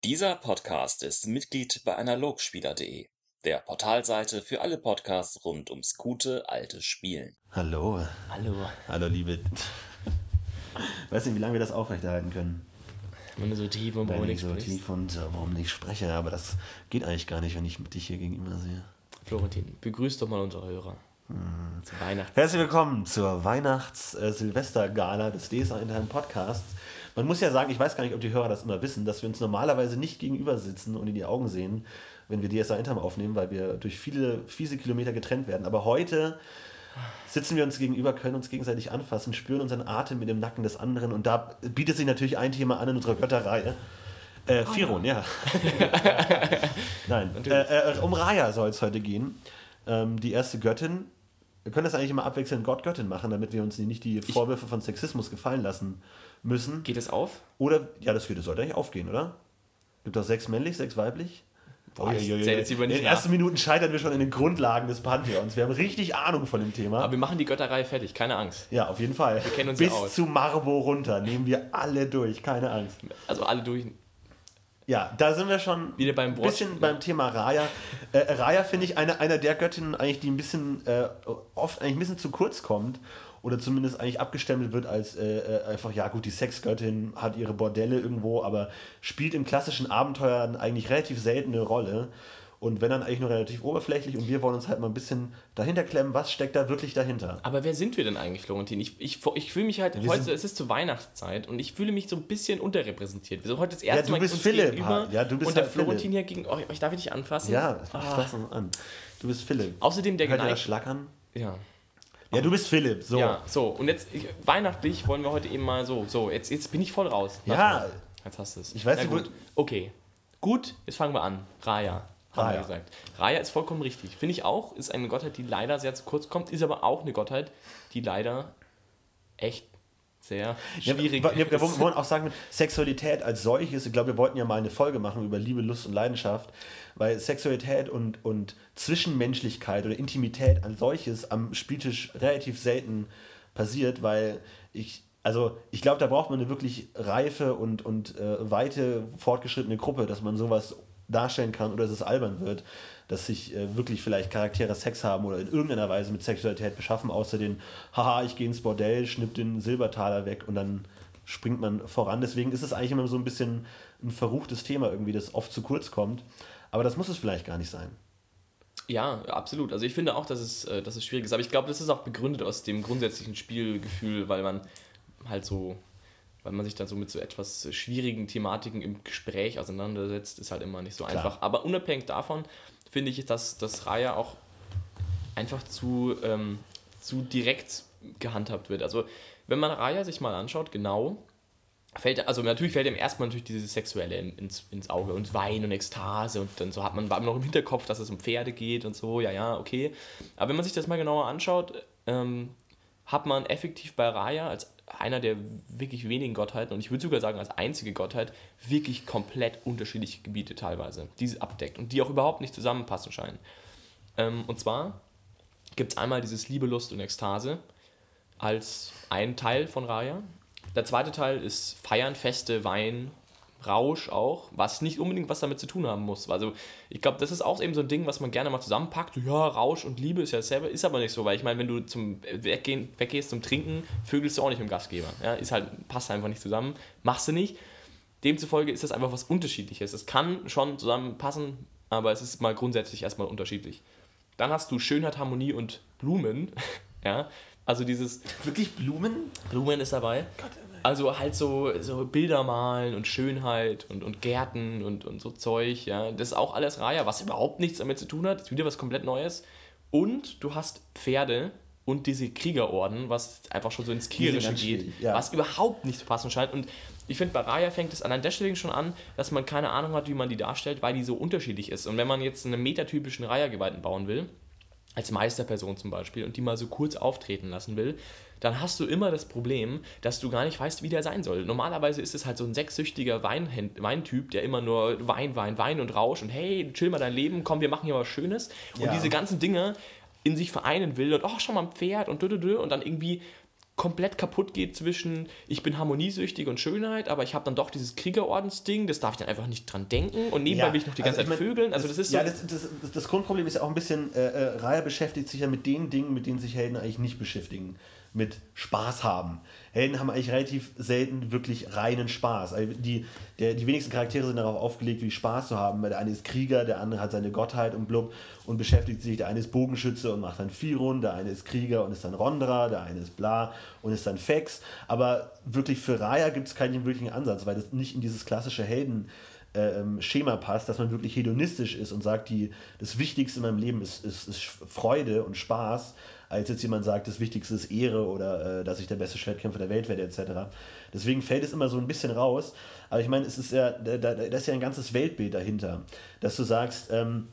Dieser Podcast ist Mitglied bei analogspieler.de, der Portalseite für alle Podcasts rund ums gute alte Spielen. Hallo. Hallo, liebe. Weiß nicht, wie lange wir das aufrechterhalten können. Wenn du so tief und warum nicht sprichst. So tief und warum nicht spreche, aber das geht eigentlich gar nicht, wenn ich dich hier gegenüber sehe. Florentin, begrüß doch mal unsere Hörer. Zu Weihnachten. Herzlich willkommen zur Weihnachts-Silvester-Gala des DSA Internen Podcasts. Man muss ja sagen, ich weiß gar nicht, ob die Hörer das immer wissen, dass wir uns normalerweise nicht gegenüber sitzen und in die Augen sehen, wenn wir DSA Intern aufnehmen, weil wir durch viele fiese Kilometer getrennt werden. Aber heute sitzen wir uns gegenüber, können uns gegenseitig anfassen, spüren unseren Atem in dem Nacken des anderen und da bietet sich natürlich ein Thema an in unserer Götterreihe. Firon, ja. Nein, um Raya soll es heute gehen. Die erste Göttin. Wir können das eigentlich immer abwechselnd Gott-Göttin machen, damit wir uns nicht die Vorwürfe von Sexismus gefallen lassen müssen. Geht es auf? Oder, ja, das sollte eigentlich aufgehen, oder? Gibt doch 6 männlich, 6 weiblich? In den ersten Minuten scheitern wir schon in den Grundlagen des Pantheons. Wir haben richtig Ahnung von dem Thema. Aber wir machen die Götterreihe fertig, keine Angst. Ja, auf jeden Fall. Wir kennen uns Bis ja aus. zu Marbo runter nehmen wir alle durch, keine Angst. Also alle durch. Ja, da sind wir schon wieder beim bisschen beim Thema Raya. Raya finde ich einer der Göttinnen eigentlich, die ein bisschen oft eigentlich ein bisschen zu kurz kommt oder zumindest eigentlich abgestempelt wird als einfach, ja gut, die Sexgöttin hat ihre Bordelle irgendwo, aber spielt in klassischen Abenteuern eigentlich relativ selten eine Rolle. Und wenn dann eigentlich nur relativ oberflächlich und wir wollen uns halt mal ein bisschen dahinter klemmen, was steckt da wirklich dahinter? Aber wer sind wir denn eigentlich, Florentin? Ich fühle mich halt, heute, es ist zur Weihnachtszeit und ich fühle mich so ein bisschen unterrepräsentiert. Wir sind heute das erste Mal uns gegenüber du bist und der Florentin hier gegen... Oh, ich darf dich anfassen? Ja, ich fasse uns an. Du bist Philipp. Außerdem der Hört ihr das Schlackern? Ja. Ja, du bist Philipp, so. Ja, so. Und jetzt, weihnachtlich wollen wir heute eben mal so. So, jetzt bin ich voll raus. Ja. Jetzt hast du es. Ich weiß nicht, gut. Okay. Gut, jetzt fangen wir an. Raya. Haben wir gesagt. Raya ist vollkommen richtig. Finde ich auch. Ist eine Gottheit, die leider sehr zu kurz kommt. Ist aber auch eine Gottheit, die leider echt sehr schwierig ist. Wir wollen auch sagen, Sexualität als solches, ich glaube, wir wollten ja mal eine Folge machen über Liebe, Lust und Leidenschaft, weil Sexualität und Zwischenmenschlichkeit oder Intimität als solches am Spieltisch relativ selten passiert, weil ich glaube, da braucht man eine wirklich reife und weite, fortgeschrittene Gruppe, dass man sowas darstellen kann oder dass es albern wird, dass sich wirklich vielleicht Charaktere Sex haben oder in irgendeiner Weise mit Sexualität beschaffen, außer den, haha, ich gehe ins Bordell, schnipp den Silbertaler weg und dann springt man voran. Deswegen ist es eigentlich immer so ein bisschen ein verruchtes Thema irgendwie, das oft zu kurz kommt. Aber das muss es vielleicht gar nicht sein. Ja, absolut. Also ich finde auch, dass es schwierig ist. Aber ich glaube, das ist auch begründet aus dem grundsätzlichen Spielgefühl, weil man sich dann so mit so etwas schwierigen Thematiken im Gespräch auseinandersetzt, ist halt immer nicht so einfach. Aber unabhängig davon finde ich, dass das Raya auch einfach zu direkt gehandhabt wird. Also wenn man Raya sich mal anschaut, genau, natürlich fällt ihm erstmal dieses Sexuelle ins Auge und Wein und Ekstase und dann so hat man noch im Hinterkopf, dass es um Pferde geht und so, ja, okay. Aber wenn man sich das mal genauer anschaut, hat man effektiv bei Raya als einer der wirklich wenigen Gottheiten, und ich würde sogar sagen als einzige Gottheit, wirklich komplett unterschiedliche Gebiete teilweise, die sie abdeckt und die auch überhaupt nicht zusammenpassen scheinen. Und zwar gibt es einmal dieses Liebe, Lust und Ekstase als ein Teil von Raya. Der zweite Teil ist Feiern, Feste, Wein, Rausch auch, was nicht unbedingt was damit zu tun haben muss. Also ich glaube, das ist auch eben so ein Ding, was man gerne mal zusammenpackt. So, ja, Rausch und Liebe ist ja dasselbe, ist aber nicht so, weil ich meine, wenn du zum weggehst zum Trinken, vögelst du auch nicht mit dem Gastgeber. Ja, passt einfach nicht zusammen, machst du nicht. Demzufolge ist das einfach was Unterschiedliches. Es kann schon zusammenpassen, aber es ist mal grundsätzlich erstmal unterschiedlich. Dann hast du Schönheit, Harmonie und Blumen. Ja, also dieses... Wirklich Blumen? Blumen ist dabei. Gott, also halt so Bilder malen und Schönheit und Gärten und so Zeug, ja. Das ist auch alles Raya, was überhaupt nichts damit zu tun hat. Das ist wieder was komplett Neues. Und du hast Pferde und diese Kriegerorden, was einfach schon so ins Kriegerische geht, ja. Was überhaupt nicht zu passen scheint. Und ich finde, bei Raya fängt es an der Stelle schon an, dass man keine Ahnung hat, wie man die darstellt, weil die so unterschiedlich ist. Und wenn man jetzt einen metatypischen Raya-Geweihten bauen will, als Meisterperson zum Beispiel, und die mal so kurz auftreten lassen will, dann hast du immer das Problem, dass du gar nicht weißt, wie der sein soll. Normalerweise ist es halt so ein sechssüchtiger Weintyp, der immer nur Wein und Rausch und hey, chill mal dein Leben, komm, wir machen hier was Schönes. Und diese ganzen Dinge in sich vereinen will und schau mal ein Pferd und dann irgendwie komplett kaputt geht zwischen, ich bin harmoniesüchtig und Schönheit, aber ich habe dann doch dieses Kriegerordensding, das darf ich dann einfach nicht dran denken und nebenbei will ich noch die ganze Zeit vögeln. Also das ist so. Ja, das Grundproblem ist ja auch ein bisschen, Raya beschäftigt sich ja mit den Dingen, mit denen sich Helden eigentlich nicht beschäftigen. Mit Spaß haben. Helden haben eigentlich relativ selten wirklich reinen Spaß. Also die wenigsten Charaktere sind darauf aufgelegt, wie Spaß zu haben. Der eine ist Krieger, der andere hat seine Gottheit und blub und beschäftigt sich. Der eine ist Bogenschütze und macht dann Firun, der eine ist Krieger und ist dann Rondra, der eine ist bla und ist dann Fex. Aber wirklich für Raya gibt es keinen wirklichen Ansatz, weil das nicht in dieses klassische Helden Schema passt, dass man wirklich hedonistisch ist und sagt, das Wichtigste in meinem Leben ist Freude und Spaß, als jetzt jemand sagt, das Wichtigste ist Ehre oder dass ich der beste Schwertkämpfer der Welt werde, etc. Deswegen fällt es immer so ein bisschen raus. Aber ich meine, es ist ja, da ist ja ein ganzes Weltbild dahinter, dass du sagst,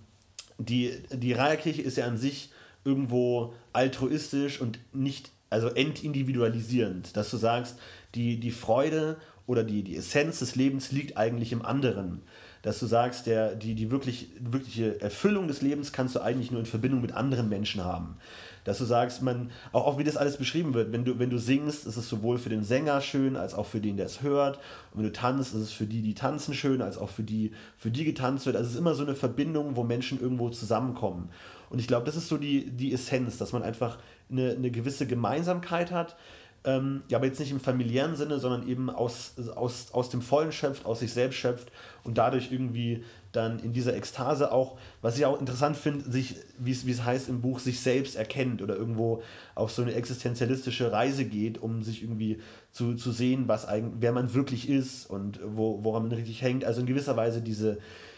die Raya-Kirche ist ja an sich irgendwo altruistisch und nicht, also entindividualisierend, dass du sagst, die Freude oder die Essenz des Lebens liegt eigentlich im anderen. Dass du sagst, die wirkliche Erfüllung des Lebens kannst du eigentlich nur in Verbindung mit anderen Menschen haben. Dass du sagst, auch wie das alles beschrieben wird, wenn du singst, ist es sowohl für den Sänger schön, als auch für den, der es hört. Und wenn du tanzt, ist es für die tanzen schön, als auch für die getanzt wird. Also es ist immer so eine Verbindung, wo Menschen irgendwo zusammenkommen. Und ich glaube, das ist so die Essenz, dass man einfach eine gewisse Gemeinsamkeit hat, ja, aber jetzt nicht im familiären Sinne, sondern eben aus dem Vollen schöpft, aus sich selbst schöpft und dadurch irgendwie dann in dieser Ekstase auch, was ich auch interessant finde, wie es heißt im Buch, sich selbst erkennt oder irgendwo auf so eine existenzialistische Reise geht, um sich irgendwie zu sehen, wer man wirklich ist und woran man richtig hängt. Also in gewisser Weise diese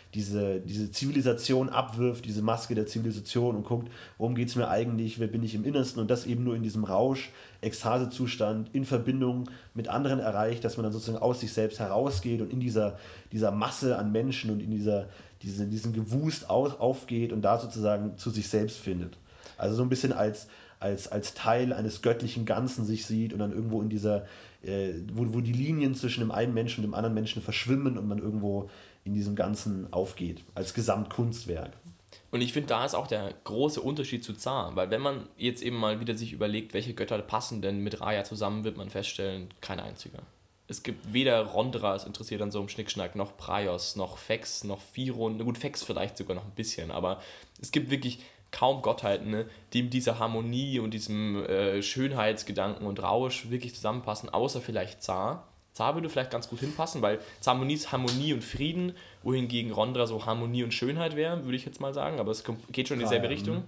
Zivilisation abwirft, diese Maske der Zivilisation und guckt, worum geht es mir eigentlich, wer bin ich im Innersten und das eben nur in diesem Rausch, Ekstasezustand in Verbindung mit anderen erreicht, dass man dann sozusagen aus sich selbst herausgeht und in dieser Masse an Menschen und in diesen Gewust aufgeht und da sozusagen zu sich selbst findet. Also so ein bisschen als Teil eines göttlichen Ganzen sich sieht und dann irgendwo in dieser, wo die Linien zwischen dem einen Menschen und dem anderen Menschen verschwimmen und man irgendwo in diesem Ganzen aufgeht, als Gesamtkunstwerk. Und ich finde, da ist auch der große Unterschied zu Zar, weil wenn man jetzt eben mal wieder sich überlegt, welche Götter passen denn mit Raya zusammen, wird man feststellen, kein einziger. Es gibt weder Rondra, es interessiert an so einem Schnickschnack, noch Praios, noch Fex, noch Firun, gut, Fex vielleicht sogar noch ein bisschen, aber es gibt wirklich kaum Gottheiten, ne, die mit dieser Harmonie und diesem Schönheitsgedanken und Rausch wirklich zusammenpassen, außer vielleicht Zar. Zar würde vielleicht ganz gut hinpassen, weil Harmonie ist Harmonie und Frieden, wohingegen Rondra so Harmonie und Schönheit wäre, würde ich jetzt mal sagen, aber es geht schon in dieselbe Richtung.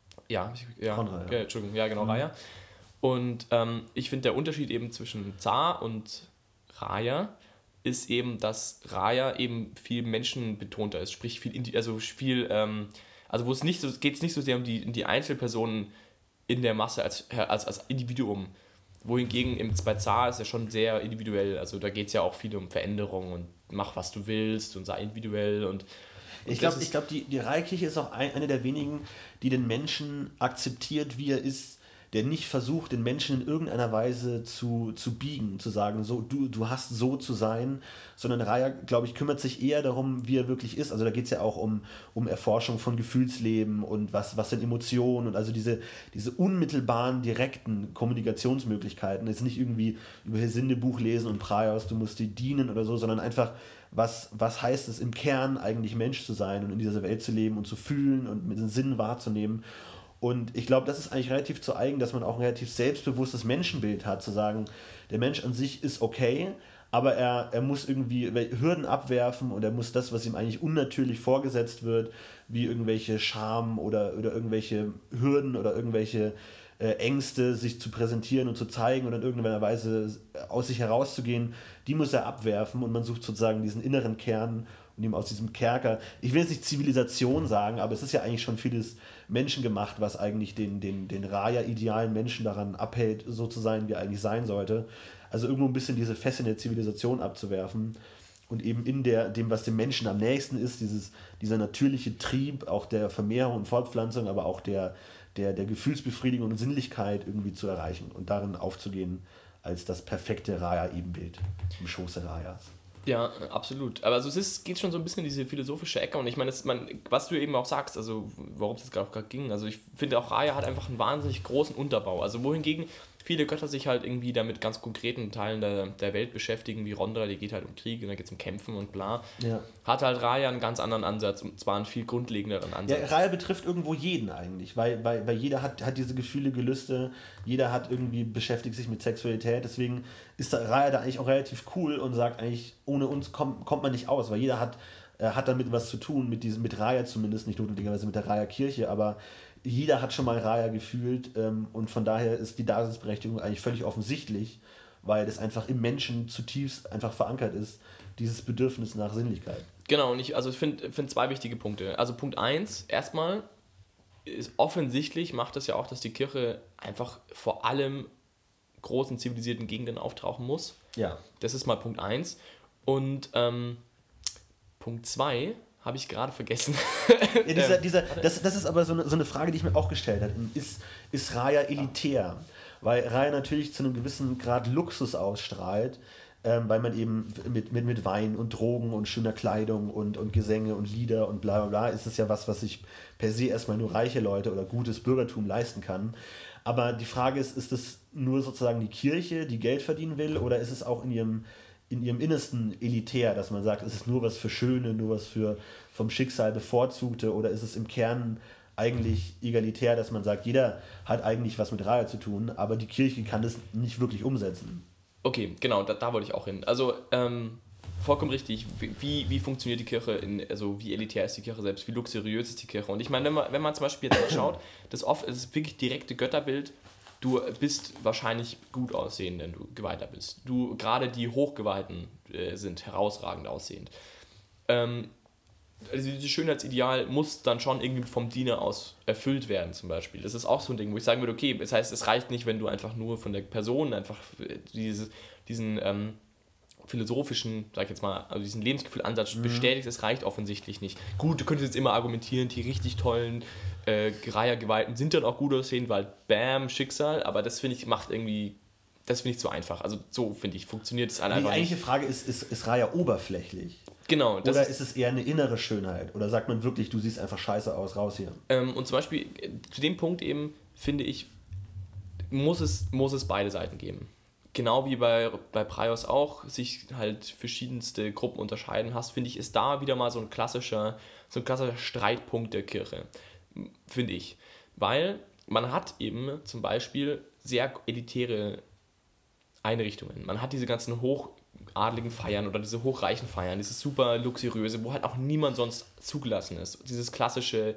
Rondra, ja. Entschuldigung, ja genau, Raya. Und ich finde, der Unterschied eben zwischen Zar und Raya ist eben, dass Raya eben viel menschenbetonter ist, sprich wo es nicht so, geht es nicht so sehr um die Einzelpersonen in der Masse als Individuum. Wohingegen bei Zar ist ja schon sehr individuell, also da geht es ja auch viel um Veränderung und mach, was du willst und sei individuell. Und ich glaube, die Raya-Kirche ist auch eine der wenigen, die den Menschen akzeptiert, wie er ist, der nicht versucht, den Menschen in irgendeiner Weise zu biegen, zu sagen, so du hast so zu sein, sondern Raya, glaube ich, kümmert sich eher darum, wie er wirklich ist. Also da geht es ja auch um Erforschung von Gefühlsleben und was sind Emotionen und also diese unmittelbaren, direkten Kommunikationsmöglichkeiten. Jetzt nicht irgendwie über Hesinde-Buch lesen und Praios, du musst dir dienen oder so, sondern einfach, was heißt es im Kern eigentlich Mensch zu sein und in dieser Welt zu leben und zu fühlen und mit den Sinnen wahrzunehmen. Und ich glaube, das ist eigentlich relativ zu eigen, dass man auch ein relativ selbstbewusstes Menschenbild hat, zu sagen, der Mensch an sich ist okay, aber er muss irgendwie Hürden abwerfen und er muss das, was ihm eigentlich unnatürlich vorgesetzt wird, wie irgendwelche Scham oder irgendwelche Hürden oder irgendwelche Ängste, sich zu präsentieren und zu zeigen und in irgendeiner Weise aus sich herauszugehen, die muss er abwerfen und man sucht sozusagen diesen inneren Kern und ihm aus diesem Kerker, ich will jetzt nicht Zivilisation sagen, aber es ist ja eigentlich schon vieles menschengemacht, was eigentlich den Raya-idealen Menschen daran abhält, so zu sein, wie er eigentlich sein sollte. Also irgendwo ein bisschen diese Fesseln der Zivilisation abzuwerfen und eben in dem, was dem Menschen am nächsten ist, dieser natürliche Trieb, auch der Vermehrung und Fortpflanzung, aber auch der Gefühlsbefriedigung und Sinnlichkeit irgendwie zu erreichen und darin aufzugehen als das perfekte Raya-Ebenbild im Schoße Rayas. Ja, absolut. Aber also es geht schon so ein bisschen in diese philosophische Ecke und ich meine, was du eben auch sagst, also worum es jetzt gerade ging, also ich finde auch Raya hat einfach einen wahnsinnig großen Unterbau. Also wohingegen viele Götter sich halt irgendwie da mit ganz konkreten Teilen der Welt beschäftigen, wie Rondra, die geht halt um Krieg und da geht es um Kämpfen und bla. Ja. Hat halt Raya einen ganz anderen Ansatz, und zwar einen viel grundlegenderen Ansatz. Ja, Raya betrifft irgendwo jeden eigentlich, weil jeder hat diese Gefühle, Gelüste, jeder hat irgendwie beschäftigt sich mit Sexualität, deswegen ist Raya da eigentlich auch relativ cool und sagt eigentlich, ohne uns kommt man nicht aus, weil jeder hat damit was zu tun, mit Raya zumindest, nicht notwendigerweise mit der Raya-Kirche, aber jeder hat schon mal Raya gefühlt und von daher ist die Daseinsberechtigung eigentlich völlig offensichtlich, weil das einfach im Menschen zutiefst einfach verankert ist, dieses Bedürfnis nach Sinnlichkeit. Genau, und ich finde zwei wichtige Punkte. Also Punkt 1, erstmal ist offensichtlich, macht das ja auch, dass die Kirche einfach vor allem großen zivilisierten Gegenden auftauchen muss. Ja. Das ist mal Punkt 1. Und Punkt 2 habe ich gerade vergessen. Ja, das ist aber so eine Frage, die ich mir auch gestellt habe. Ist Raya elitär? Weil Raya natürlich zu einem gewissen Grad Luxus ausstrahlt, weil man eben mit Wein und Drogen und schöner Kleidung und Gesänge und Lieder und bla bla bla, ist es ja was sich per se erstmal nur reiche Leute oder gutes Bürgertum leisten kann. Aber die Frage ist das nur sozusagen die Kirche, die Geld verdienen will, oder ist es auch in ihrem Innersten elitär, dass man sagt, es ist nur was für Schöne, nur was für vom Schicksal Bevorzugte, oder ist es im Kern eigentlich egalitär, dass man sagt, jeder hat eigentlich was mit Raya zu tun, aber die Kirche kann das nicht wirklich umsetzen. Okay, genau, da wollte ich auch hin. Also, vollkommen richtig. Wie funktioniert die Kirche, also wie elitär ist die Kirche selbst, wie luxuriös ist die Kirche? Und ich meine, wenn man zum Beispiel jetzt mal schaut, das ist wirklich direkte Götterbild. Du bist wahrscheinlich gut aussehend, wenn du Geweihter bist. Gerade die Hochgeweihten sind herausragend aussehend. Also dieses Schönheitsideal muss dann schon irgendwie vom Diener aus erfüllt werden, zum Beispiel. Das ist auch so ein Ding, wo ich sagen würde, okay, das heißt, es reicht nicht, wenn du einfach nur von der Person einfach diesen philosophischen, sag ich jetzt mal, also diesen Lebensgefühlansatz bestätigst, es reicht offensichtlich nicht. Gut, du könntest jetzt immer argumentieren, die richtig tollen Raya-Geweihten sind dann auch gut aussehend, weil bam, Schicksal, aber das finde ich das finde ich zu einfach. Also so, finde ich, funktioniert es einfach nicht. Die eigentliche Frage ist Raya oberflächlich? Genau. Oder ist es eher eine innere Schönheit? Oder sagt man wirklich, du siehst einfach scheiße aus, raus hier? Und zum Beispiel, zu dem Punkt eben, finde ich, muss es beide Seiten geben. Genau wie bei Praios auch sich halt verschiedenste Gruppen unterscheiden hast, finde ich, ist da wieder mal so ein klassischer Streitpunkt der Kirche, finde ich. Weil man hat eben zum Beispiel sehr elitäre Einrichtungen. Man hat diese ganzen hochadligen Feiern oder diese hochreichen Feiern, dieses super luxuriöse, wo halt auch niemand sonst zugelassen ist. Diese klassischen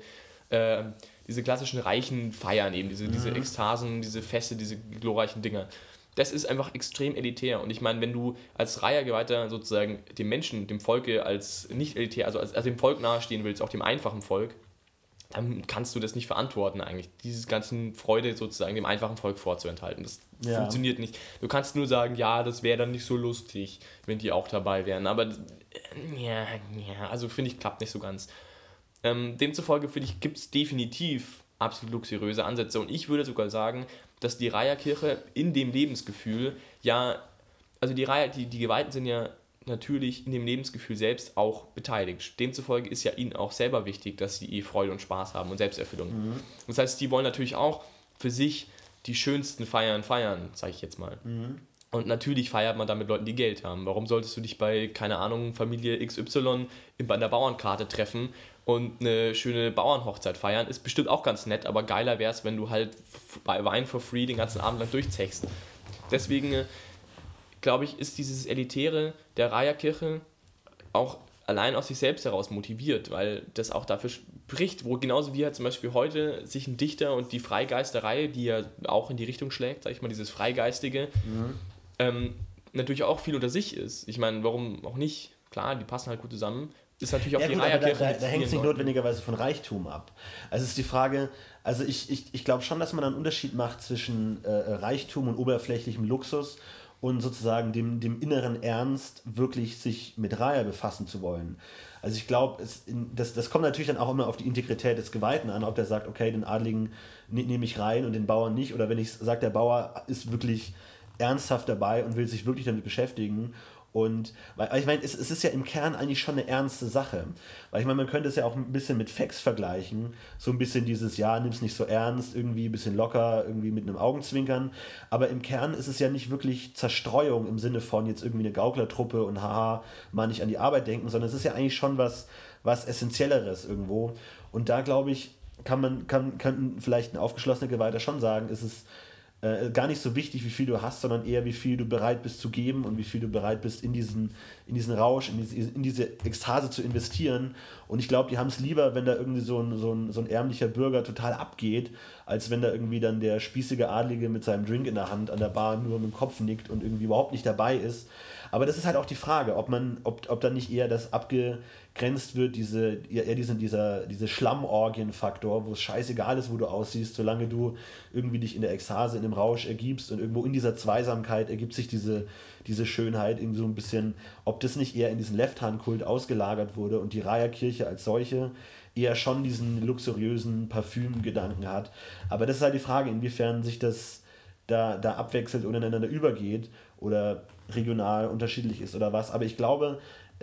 reichen Feiern eben, diese Ekstasen, diese Feste, diese glorreichen Dinger. Das ist einfach extrem elitär. Und ich meine, wenn du als Raya-Geweihter sozusagen dem Menschen, dem Volke als nicht elitär, also als dem Volk nahestehen willst, auch dem einfachen Volk, dann kannst du das nicht verantworten eigentlich, diese ganzen Freude sozusagen dem einfachen Volk vorzuenthalten. Das funktioniert nicht. Du kannst nur sagen, ja, das wäre dann nicht so lustig, wenn die auch dabei wären. Aber also finde ich, klappt nicht so ganz. Demzufolge, finde ich, gibt es definitiv absolut luxuriöse Ansätze. Und ich würde sogar sagen, dass die Raya-Kirche in dem Lebensgefühl also die Geweihten sind ja natürlich in dem Lebensgefühl selbst auch beteiligt. Demzufolge ist ja ihnen auch selber wichtig, dass sie Freude und Spaß haben und Selbsterfüllung. Das heißt, die wollen natürlich auch für sich die schönsten Feiern, sage ich jetzt mal. Und natürlich feiert man da mit Leuten, die Geld haben. Warum solltest du dich bei, keine Ahnung, Familie XY bei einer Bauernkarte treffen und eine schöne Bauernhochzeit feiern? Ist bestimmt auch ganz nett, aber geiler wäre es, wenn du halt bei Wein for free den ganzen Abend lang durchzechst. Deswegen glaube ich, ist dieses Elitäre der Raya-Kirche auch allein aus sich selbst heraus motiviert, weil das auch dafür spricht, wo genauso wie halt zum Beispiel heute sich ein Dichter und die Freigeisterei, die ja auch in die Richtung schlägt, sag ich mal, dieses Freigeistige, natürlich auch viel unter sich ist. Ich meine, warum auch nicht? Klar, die passen halt gut zusammen. Ist natürlich auch die Raya-Kirche. Da hängt es nicht notwendigerweise von Reichtum ab. Also ist die Frage, also ich glaube schon, dass man einen Unterschied macht zwischen Reichtum und oberflächlichem Luxus und sozusagen dem inneren Ernst, wirklich sich mit Raya befassen zu wollen. Also ich glaube, das kommt natürlich dann auch immer auf die Integrität des Geweihten an, ob der sagt, okay, den Adligen nehme ich rein und den Bauern nicht, oder wenn ich sage, der Bauer ist wirklich ernsthaft dabei und will sich wirklich damit beschäftigen Und, weil ich meine, es ist ja im Kern eigentlich schon eine ernste Sache. Weil ich meine, man könnte es ja auch ein bisschen mit Facts vergleichen. So ein bisschen dieses, ja, nimm's nicht so ernst, irgendwie ein bisschen locker, irgendwie mit einem Augenzwinkern. Aber im Kern ist es ja nicht wirklich Zerstreuung im Sinne von jetzt irgendwie eine Gauklertruppe und haha, mal nicht an die Arbeit denken, sondern es ist ja eigentlich schon was Essentielleres irgendwo. Und da, glaube ich, könnten vielleicht ein aufgeschlossener Geweihter schon sagen, ist es gar nicht so wichtig, wie viel du hast, sondern eher, wie viel du bereit bist zu geben und wie viel du bereit bist, in diesen Rausch, in diese Ekstase zu investieren. Und ich glaube, die haben es lieber, wenn da irgendwie so ein ärmlicher Bürger total abgeht, als wenn da irgendwie dann der spießige Adlige mit seinem Drink in der Hand an der Bar nur mit dem Kopf nickt und irgendwie überhaupt nicht dabei ist. Aber das ist halt auch die Frage, ob dann nicht eher das abgegrenzt wird, dieser Schlammorgien-Faktor, wo es scheißegal ist, wo du aussiehst, solange du irgendwie dich in der Ekstase, in dem Rausch ergibst und irgendwo in dieser Zweisamkeit ergibt sich diese Schönheit irgendwie so ein bisschen, ob das nicht eher in diesen Left-Hand-Kult ausgelagert wurde und die Raya-Kirche als solche eher schon diesen luxuriösen Parfüm-Gedanken hat. Aber das ist halt die Frage, inwiefern sich das da abwechselt oder ineinander übergeht oder regional unterschiedlich ist oder was. Aber ich glaube,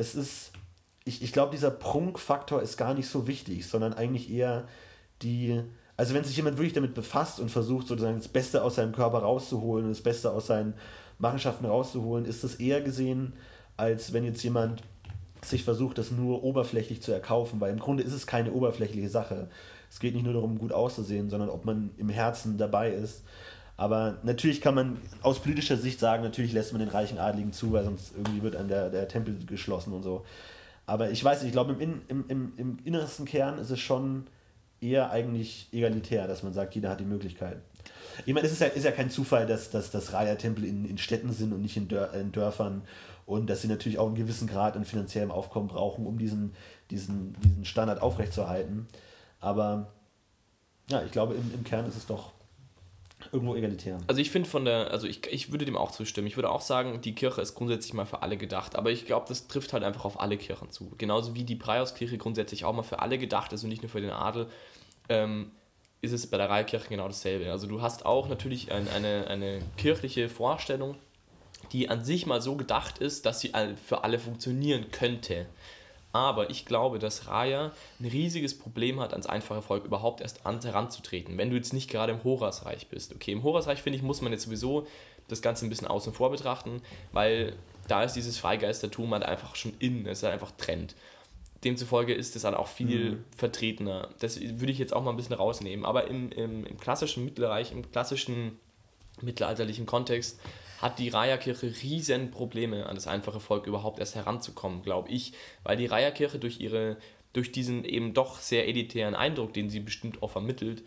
ich glaube, dieser Prunkfaktor ist gar nicht so wichtig, sondern eigentlich eher also wenn sich jemand wirklich damit befasst und versucht, sozusagen das Beste aus seinem Körper rauszuholen, das Beste aus seinen Machenschaften rauszuholen, ist das eher gesehen, als wenn jetzt jemand sich versucht, das nur oberflächlich zu erkaufen, weil im Grunde ist es keine oberflächliche Sache. Es geht nicht nur darum, gut auszusehen, sondern ob man im Herzen dabei ist. Aber natürlich kann man aus politischer Sicht sagen, natürlich lässt man den reichen Adligen zu, weil sonst irgendwie wird an der Tempel geschlossen und so. Aber ich weiß nicht, ich glaube, im innersten Kern ist es schon eher eigentlich egalitär, dass man sagt, jeder hat die Möglichkeit. Ich meine, es ist ja kein Zufall, dass Raya-Tempel in Städten sind und nicht in Dörfern und dass sie natürlich auch einen gewissen Grad an finanziellem Aufkommen brauchen, um diesen Standard aufrechtzuerhalten. Aber ja, ich glaube, im Kern ist es doch irgendwo egalitär. Also ich finde ich würde dem auch zustimmen. Ich würde auch sagen, die Kirche ist grundsätzlich mal für alle gedacht, aber ich glaube, das trifft halt einfach auf alle Kirchen zu. Genauso wie die Brauhauskirche grundsätzlich auch mal für alle gedacht ist und nicht nur für den Adel, ist es bei der Raya-Kirche genau dasselbe. Also du hast auch natürlich eine kirchliche Vorstellung, die an sich mal so gedacht ist, dass sie für alle funktionieren könnte. Aber ich glaube, dass Raya ein riesiges Problem hat, ans einfache Volk überhaupt erst heranzutreten, wenn du jetzt nicht gerade im Horasreich bist. Okay, im Horasreich, finde ich, muss man jetzt sowieso das Ganze ein bisschen außen vor betrachten, weil da ist dieses Freigeistertum halt einfach schon es ist halt einfach Trend. Demzufolge ist es halt auch viel vertretener. Das würde ich jetzt auch mal ein bisschen rausnehmen. Aber im klassischen Mittelreich, im klassischen mittelalterlichen Kontext hat die Raya-Kirche riesen Probleme, an das einfache Volk überhaupt erst heranzukommen, glaube ich, weil die Raya-Kirche durch diesen eben doch sehr elitären Eindruck, den sie bestimmt auch vermittelt,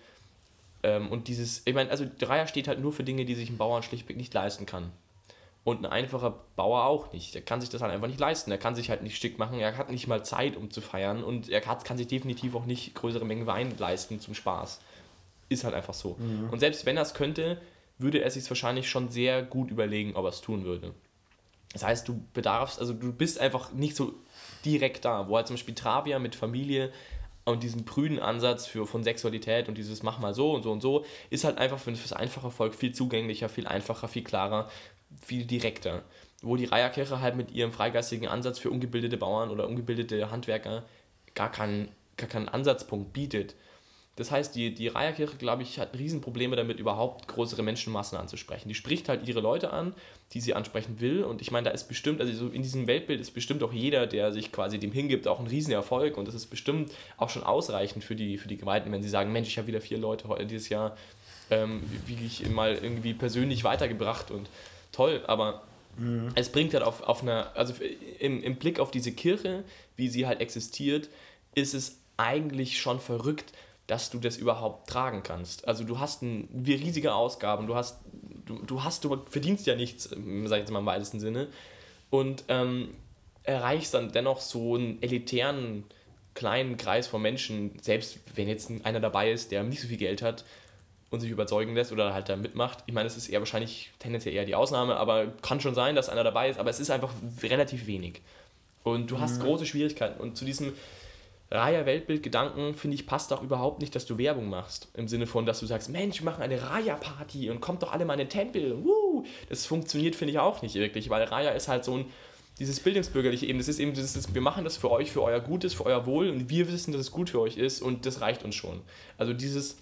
und ich meine, also die Raya steht halt nur für Dinge, die sich ein Bauern schlichtweg nicht leisten kann. Und ein einfacher Bauer auch nicht. Der kann sich das halt einfach nicht leisten. Er kann sich halt nicht schick machen, er hat nicht mal Zeit, um zu feiern und kann sich definitiv auch nicht größere Mengen Wein leisten zum Spaß. Ist halt einfach so. Mhm. Und selbst wenn er es könnte, würde er sich wahrscheinlich schon sehr gut überlegen, ob er es tun würde. Das heißt, du bist einfach nicht so direkt da, wo halt zum Beispiel Travia mit Familie und diesem prüden Ansatz von Sexualität und dieses mach mal so und so ist halt einfach für das einfache Volk viel zugänglicher, viel einfacher, viel klarer, viel direkter. Wo die Raya-Kirche halt mit ihrem freigeistigen Ansatz für ungebildete Bauern oder ungebildete Handwerker gar keinen Ansatzpunkt bietet. Das heißt, die Raya-Kirche, glaube ich, hat Riesenprobleme damit, überhaupt größere Menschenmassen anzusprechen. Die spricht halt ihre Leute an, die sie ansprechen will. Und ich meine, da ist bestimmt, also so in diesem Weltbild ist bestimmt auch jeder, der sich quasi dem hingibt, auch ein Riesenerfolg. Und das ist bestimmt auch schon ausreichend für die Gemeinde, wenn sie sagen, Mensch, ich habe wieder 4 Leute heute dieses Jahr, wie ich mal irgendwie persönlich weitergebracht und toll. Aber es bringt halt also im Blick auf diese Kirche, wie sie halt existiert, ist es eigentlich schon verrückt, dass du das überhaupt tragen kannst. Also du hast riesige Ausgaben, du verdienst ja nichts, sag ich jetzt mal im weitesten Sinne, und erreichst dann dennoch so einen elitären kleinen Kreis von Menschen, selbst wenn jetzt einer dabei ist, der nicht so viel Geld hat und sich überzeugen lässt oder halt da mitmacht. Ich meine, es ist eher wahrscheinlich tendenziell eher die Ausnahme, aber kann schon sein, dass einer dabei ist, aber es ist einfach relativ wenig. Und du hast große Schwierigkeiten. Und zu diesem Raya-Weltbild-Gedanken, finde ich, passt auch überhaupt nicht, dass du Werbung machst. Im Sinne von, dass du sagst, Mensch, wir machen eine Raya-Party und kommt doch alle mal in den Tempel. Das funktioniert, finde ich, auch nicht wirklich, weil Raya ist halt so ein dieses Bildungsbürgerliche eben, das ist eben wir machen das für euch, für euer Gutes, für euer Wohl und wir wissen, dass es gut für euch ist und das reicht uns schon. Also dieses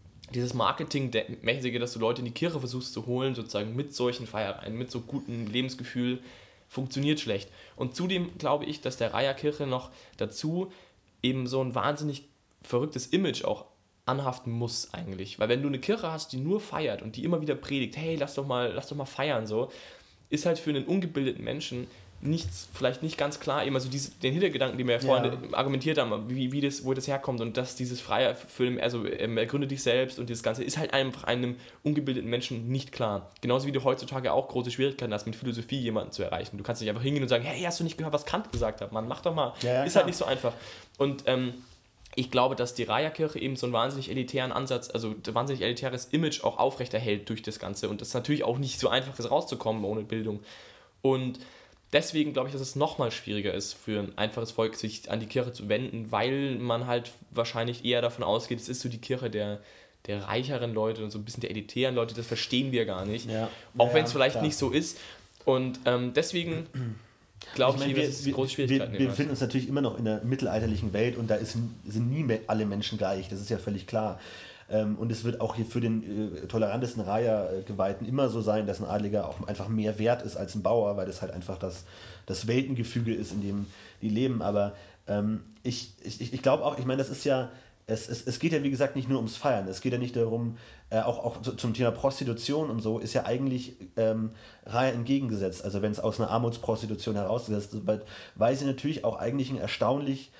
Marketing-mäßige, dass du Leute in die Kirche versuchst zu holen, sozusagen mit solchen Feiereien, mit so gutem Lebensgefühl, funktioniert schlecht. Und zudem glaube ich, dass der Reiherkirche noch dazu eben so ein wahnsinnig verrücktes Image auch anhaften muss eigentlich. Weil wenn du eine Kirche hast, die nur feiert und die immer wieder predigt, hey, lass doch mal feiern, so, ist halt für einen ungebildeten Menschen vielleicht nicht ganz klar, eben also den Hintergedanken, den wir ja vorhin argumentiert haben, wo das herkommt und dass dieses freie Film, also ergründe dich selbst und das Ganze ist halt einfach einem ungebildeten Menschen nicht klar. Genauso wie du heutzutage auch große Schwierigkeiten hast, mit Philosophie jemanden zu erreichen. Du kannst nicht einfach hingehen und sagen, hey, hast du nicht gehört, was Kant gesagt hat? Mann, mach doch mal. Ja, ist klar. Halt nicht so einfach. Und ich glaube, dass die Reiherkirche eben so einen wahnsinnig elitären Ansatz, also ein wahnsinnig elitäres Image auch aufrechterhält durch das Ganze und das natürlich auch nicht so einfach ist, rauszukommen ohne Bildung. Und deswegen glaube ich, dass es nochmal schwieriger ist für ein einfaches Volk, sich an die Kirche zu wenden, weil man halt wahrscheinlich eher davon ausgeht, es ist so die Kirche der reicheren Leute und so ein bisschen der elitären Leute, das verstehen wir gar nicht. Ja. Auch wenn es vielleicht nicht so ist. Und deswegen glaube ich, dass es große Schwierigkeiten wir befinden uns natürlich immer noch in der mittelalterlichen Welt und da sind nie alle Menschen gleich, das ist ja völlig klar. Und es wird auch hier für den tolerantesten Reihergeweihten immer so sein, dass ein Adliger auch einfach mehr wert ist als ein Bauer, weil das halt einfach das Weltengefüge ist, in dem die leben. Aber ich glaube auch, ich meine, das ist ja, es geht ja wie gesagt nicht nur ums Feiern, es geht ja nicht darum, auch zum Thema Prostitution und so, ist ja eigentlich Reihe entgegengesetzt. Also wenn es aus einer Armutsprostitution herausgesetzt ist, weil sie natürlich auch eigentlich ein erstaunlich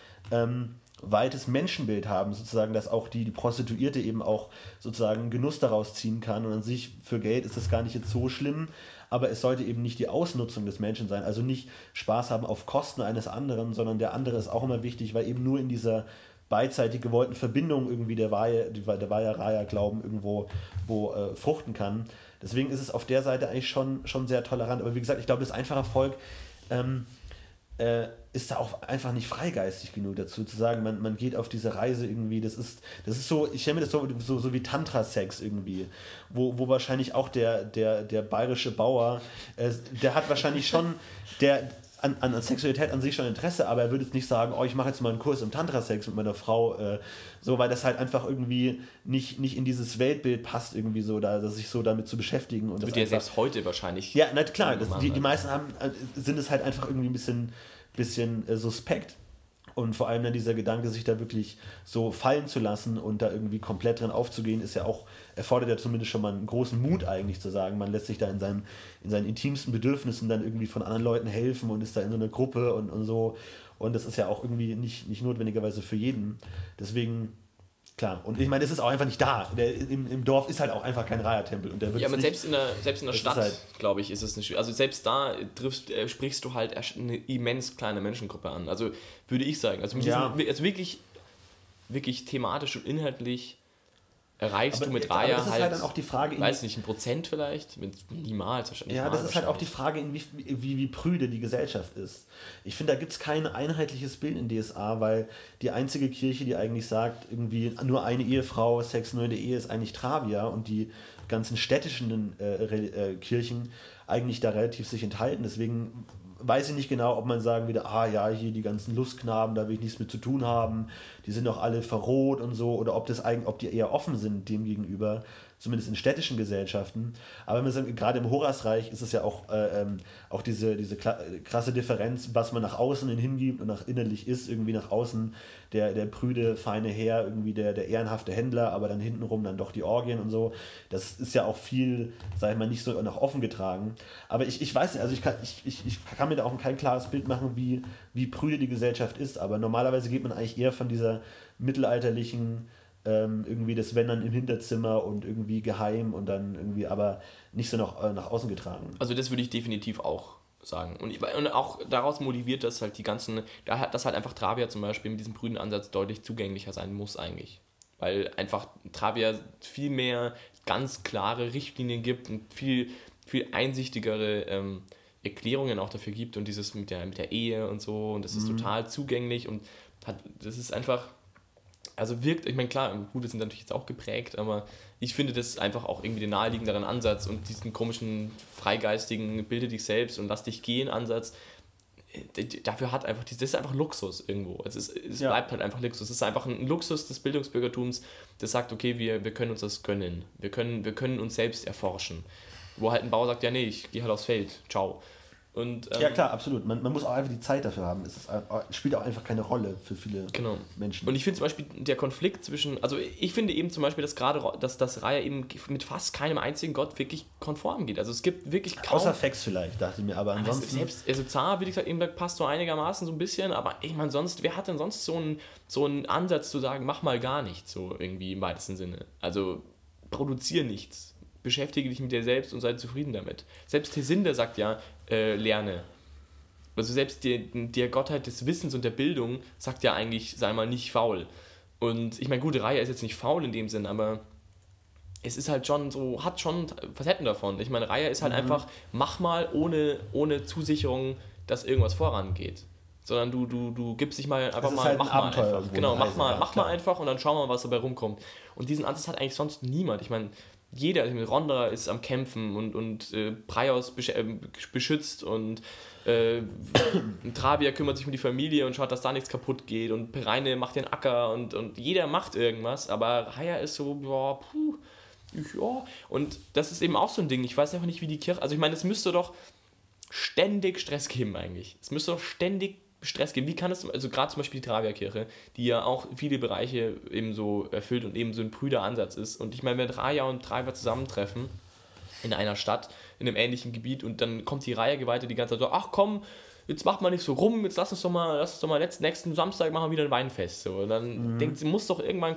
weites Menschenbild haben, sozusagen, dass auch die Prostituierte eben auch sozusagen Genuss daraus ziehen kann und an sich für Geld ist das gar nicht jetzt so schlimm, aber es sollte eben nicht die Ausnutzung des Menschen sein, also nicht Spaß haben auf Kosten eines anderen, sondern der andere ist auch immer wichtig, weil eben nur in dieser beidseitig gewollten Verbindung irgendwie der Reiher-Glauben irgendwo fruchten kann. Deswegen ist es auf der Seite eigentlich schon sehr tolerant, aber wie gesagt, ich glaube, das einfache Volk ist da auch einfach nicht freigeistig genug dazu, zu sagen, man geht auf diese Reise irgendwie, das ist so, ich stelle mir das so wie Tantra-Sex irgendwie, wo wahrscheinlich auch der bayerische Bauer, der hat wahrscheinlich schon, an Sexualität an sich schon Interesse, aber er würde jetzt nicht sagen, ich mache jetzt mal einen Kurs im Tantra-Sex mit meiner Frau, so, weil das halt einfach irgendwie nicht in dieses Weltbild passt, irgendwie so, sich so damit zu beschäftigen. Und das wird ja selbst heute wahrscheinlich. Ja, na klar, die meisten sind es halt einfach irgendwie ein bisschen suspekt. Und vor allem dann dieser Gedanke, sich da wirklich so fallen zu lassen und da irgendwie komplett drin aufzugehen, ist ja auch, erfordert ja zumindest schon mal einen großen Mut eigentlich zu sagen, man lässt sich da in seinen intimsten Bedürfnissen dann irgendwie von anderen Leuten helfen und ist da in so einer Gruppe und so. Und das ist ja auch irgendwie nicht notwendigerweise für jeden. Deswegen, klar. Und ich meine, es ist auch einfach nicht da. Im Dorf ist halt auch einfach kein Reihertempel. Und ja, aber selbst in der Stadt, halt, glaube ich, ist es nicht. Also selbst da sprichst du halt eine immens kleine Menschengruppe an. Also würde ich sagen. Also, also wirklich thematisch und inhaltlich erreichst du mit Reihe das ist halt dann auch die Frage, weiß nicht, 1% vielleicht, minimal wahrscheinlich. Ja, das ist halt auch die Frage, wie prüde die Gesellschaft ist. Ich finde, da gibt es kein einheitliches Bild in DSA, weil die einzige Kirche, die eigentlich sagt, irgendwie nur eine Ehefrau, Sex nur in der Ehe, ist eigentlich Travia und die ganzen städtischen Kirchen eigentlich da relativ sich enthalten. Deswegen weiß ich nicht genau, ob man sagen würde, hier die ganzen Lustknaben, da will ich nichts mit zu tun haben, die sind doch alle verroht und so, oder ob die eher offen sind dem gegenüber, zumindest in städtischen Gesellschaften. Aber wenn man sagt, gerade im Horasreich ist es ja auch diese krasse Differenz, was man nach außen hingibt und nach innerlich ist, irgendwie nach außen der prüde, feine Herr, irgendwie der ehrenhafte Händler, aber dann hintenrum dann doch die Orgien und so. Das ist ja auch viel, sag ich mal, nicht so nach offen getragen. Aber ich weiß nicht, also ich kann mir da auch kein klares Bild machen, wie prüde die Gesellschaft ist, aber normalerweise geht man eigentlich eher von dieser mittelalterlichen irgendwie das Wenn dann im Hinterzimmer und irgendwie geheim und dann irgendwie aber nicht so nach außen getragen. Also das würde ich definitiv auch sagen. Und auch daraus motiviert das halt dass halt einfach Travia zum Beispiel mit diesem prüden Ansatz deutlich zugänglicher sein muss eigentlich. Weil einfach Travia viel mehr ganz klare Richtlinien gibt und viel einsichtigere Erklärungen auch dafür gibt und dieses mit der Ehe und so und das ist total zugänglich und das ist einfach. Also wirkt, ich meine klar, Hude sind natürlich jetzt auch geprägt, aber ich finde das einfach auch irgendwie den naheliegenderen Ansatz und diesen komischen, freigeistigen Bilde dich selbst und lass dich gehen Ansatz dafür hat einfach, das ist einfach Luxus irgendwo. Es bleibt halt einfach Luxus. Es ist einfach ein Luxus des Bildungsbürgertums, das sagt, okay, wir können uns das gönnen. Wir können uns selbst erforschen. Wo halt ein Bauer sagt, ja nee, ich gehe halt aufs Feld, ciao. Und, ja klar, absolut. Man muss auch einfach die Zeit dafür haben. Es spielt auch einfach keine Rolle für viele Menschen. Und ich finde zum Beispiel der Konflikt zwischen, also ich finde eben zum Beispiel, dass das Raya eben mit fast keinem einzigen Gott wirklich konform geht. Also es gibt wirklich kaum... Außer Fex vielleicht, dachte ich mir, aber ansonsten... Selbst, also Zar, wie gesagt, eben passt so einigermaßen so ein bisschen, aber ich meine sonst, wer hat denn sonst so einen Ansatz zu sagen, mach mal gar nichts, so irgendwie im weitesten Sinne. Also produzier nichts. Beschäftige dich mit dir selbst und sei zufrieden damit. Selbst Hesinde sagt ja, lerne. Also selbst der Gottheit des Wissens und der Bildung sagt ja eigentlich, sei mal nicht faul. Und ich meine, gut, Raya ist jetzt nicht faul in dem Sinn, aber es ist halt schon so, hat schon Facetten davon. Ich meine, Raya ist halt einfach, mach mal ohne Zusicherung, dass irgendwas vorangeht. Sondern du gibst dich mal einfach mal, halt mach mal einfach. Genau, mach mal einfach und dann schauen wir mal, was dabei rumkommt. Und diesen Ansatz hat eigentlich sonst niemand. Ich meine, jeder, Ronda ist am Kämpfen und Praios beschützt und Travia kümmert sich um die Familie und schaut, dass da nichts kaputt geht und Pereine macht den Acker und jeder macht irgendwas, aber Raya ist so, ja, und das ist eben auch so ein Ding, ich weiß einfach nicht, wie die Kirche, also ich meine, es müsste doch ständig Stress geben eigentlich, es müsste doch ständig Stress geben. Wie kann es, also gerade zum Beispiel die Travia-Kirche, die ja auch viele Bereiche eben so erfüllt und eben so ein Brüderansatz ist. Und ich meine, wenn Raya und Travia zusammentreffen in einer Stadt, in einem ähnlichen Gebiet und dann kommt die Raya-Geweihte die ganze Zeit so, ach komm, jetzt macht man nicht so rum, jetzt lass uns doch mal nächsten Samstag machen wir wieder ein Weinfest. So. Und dann denkt sie, ist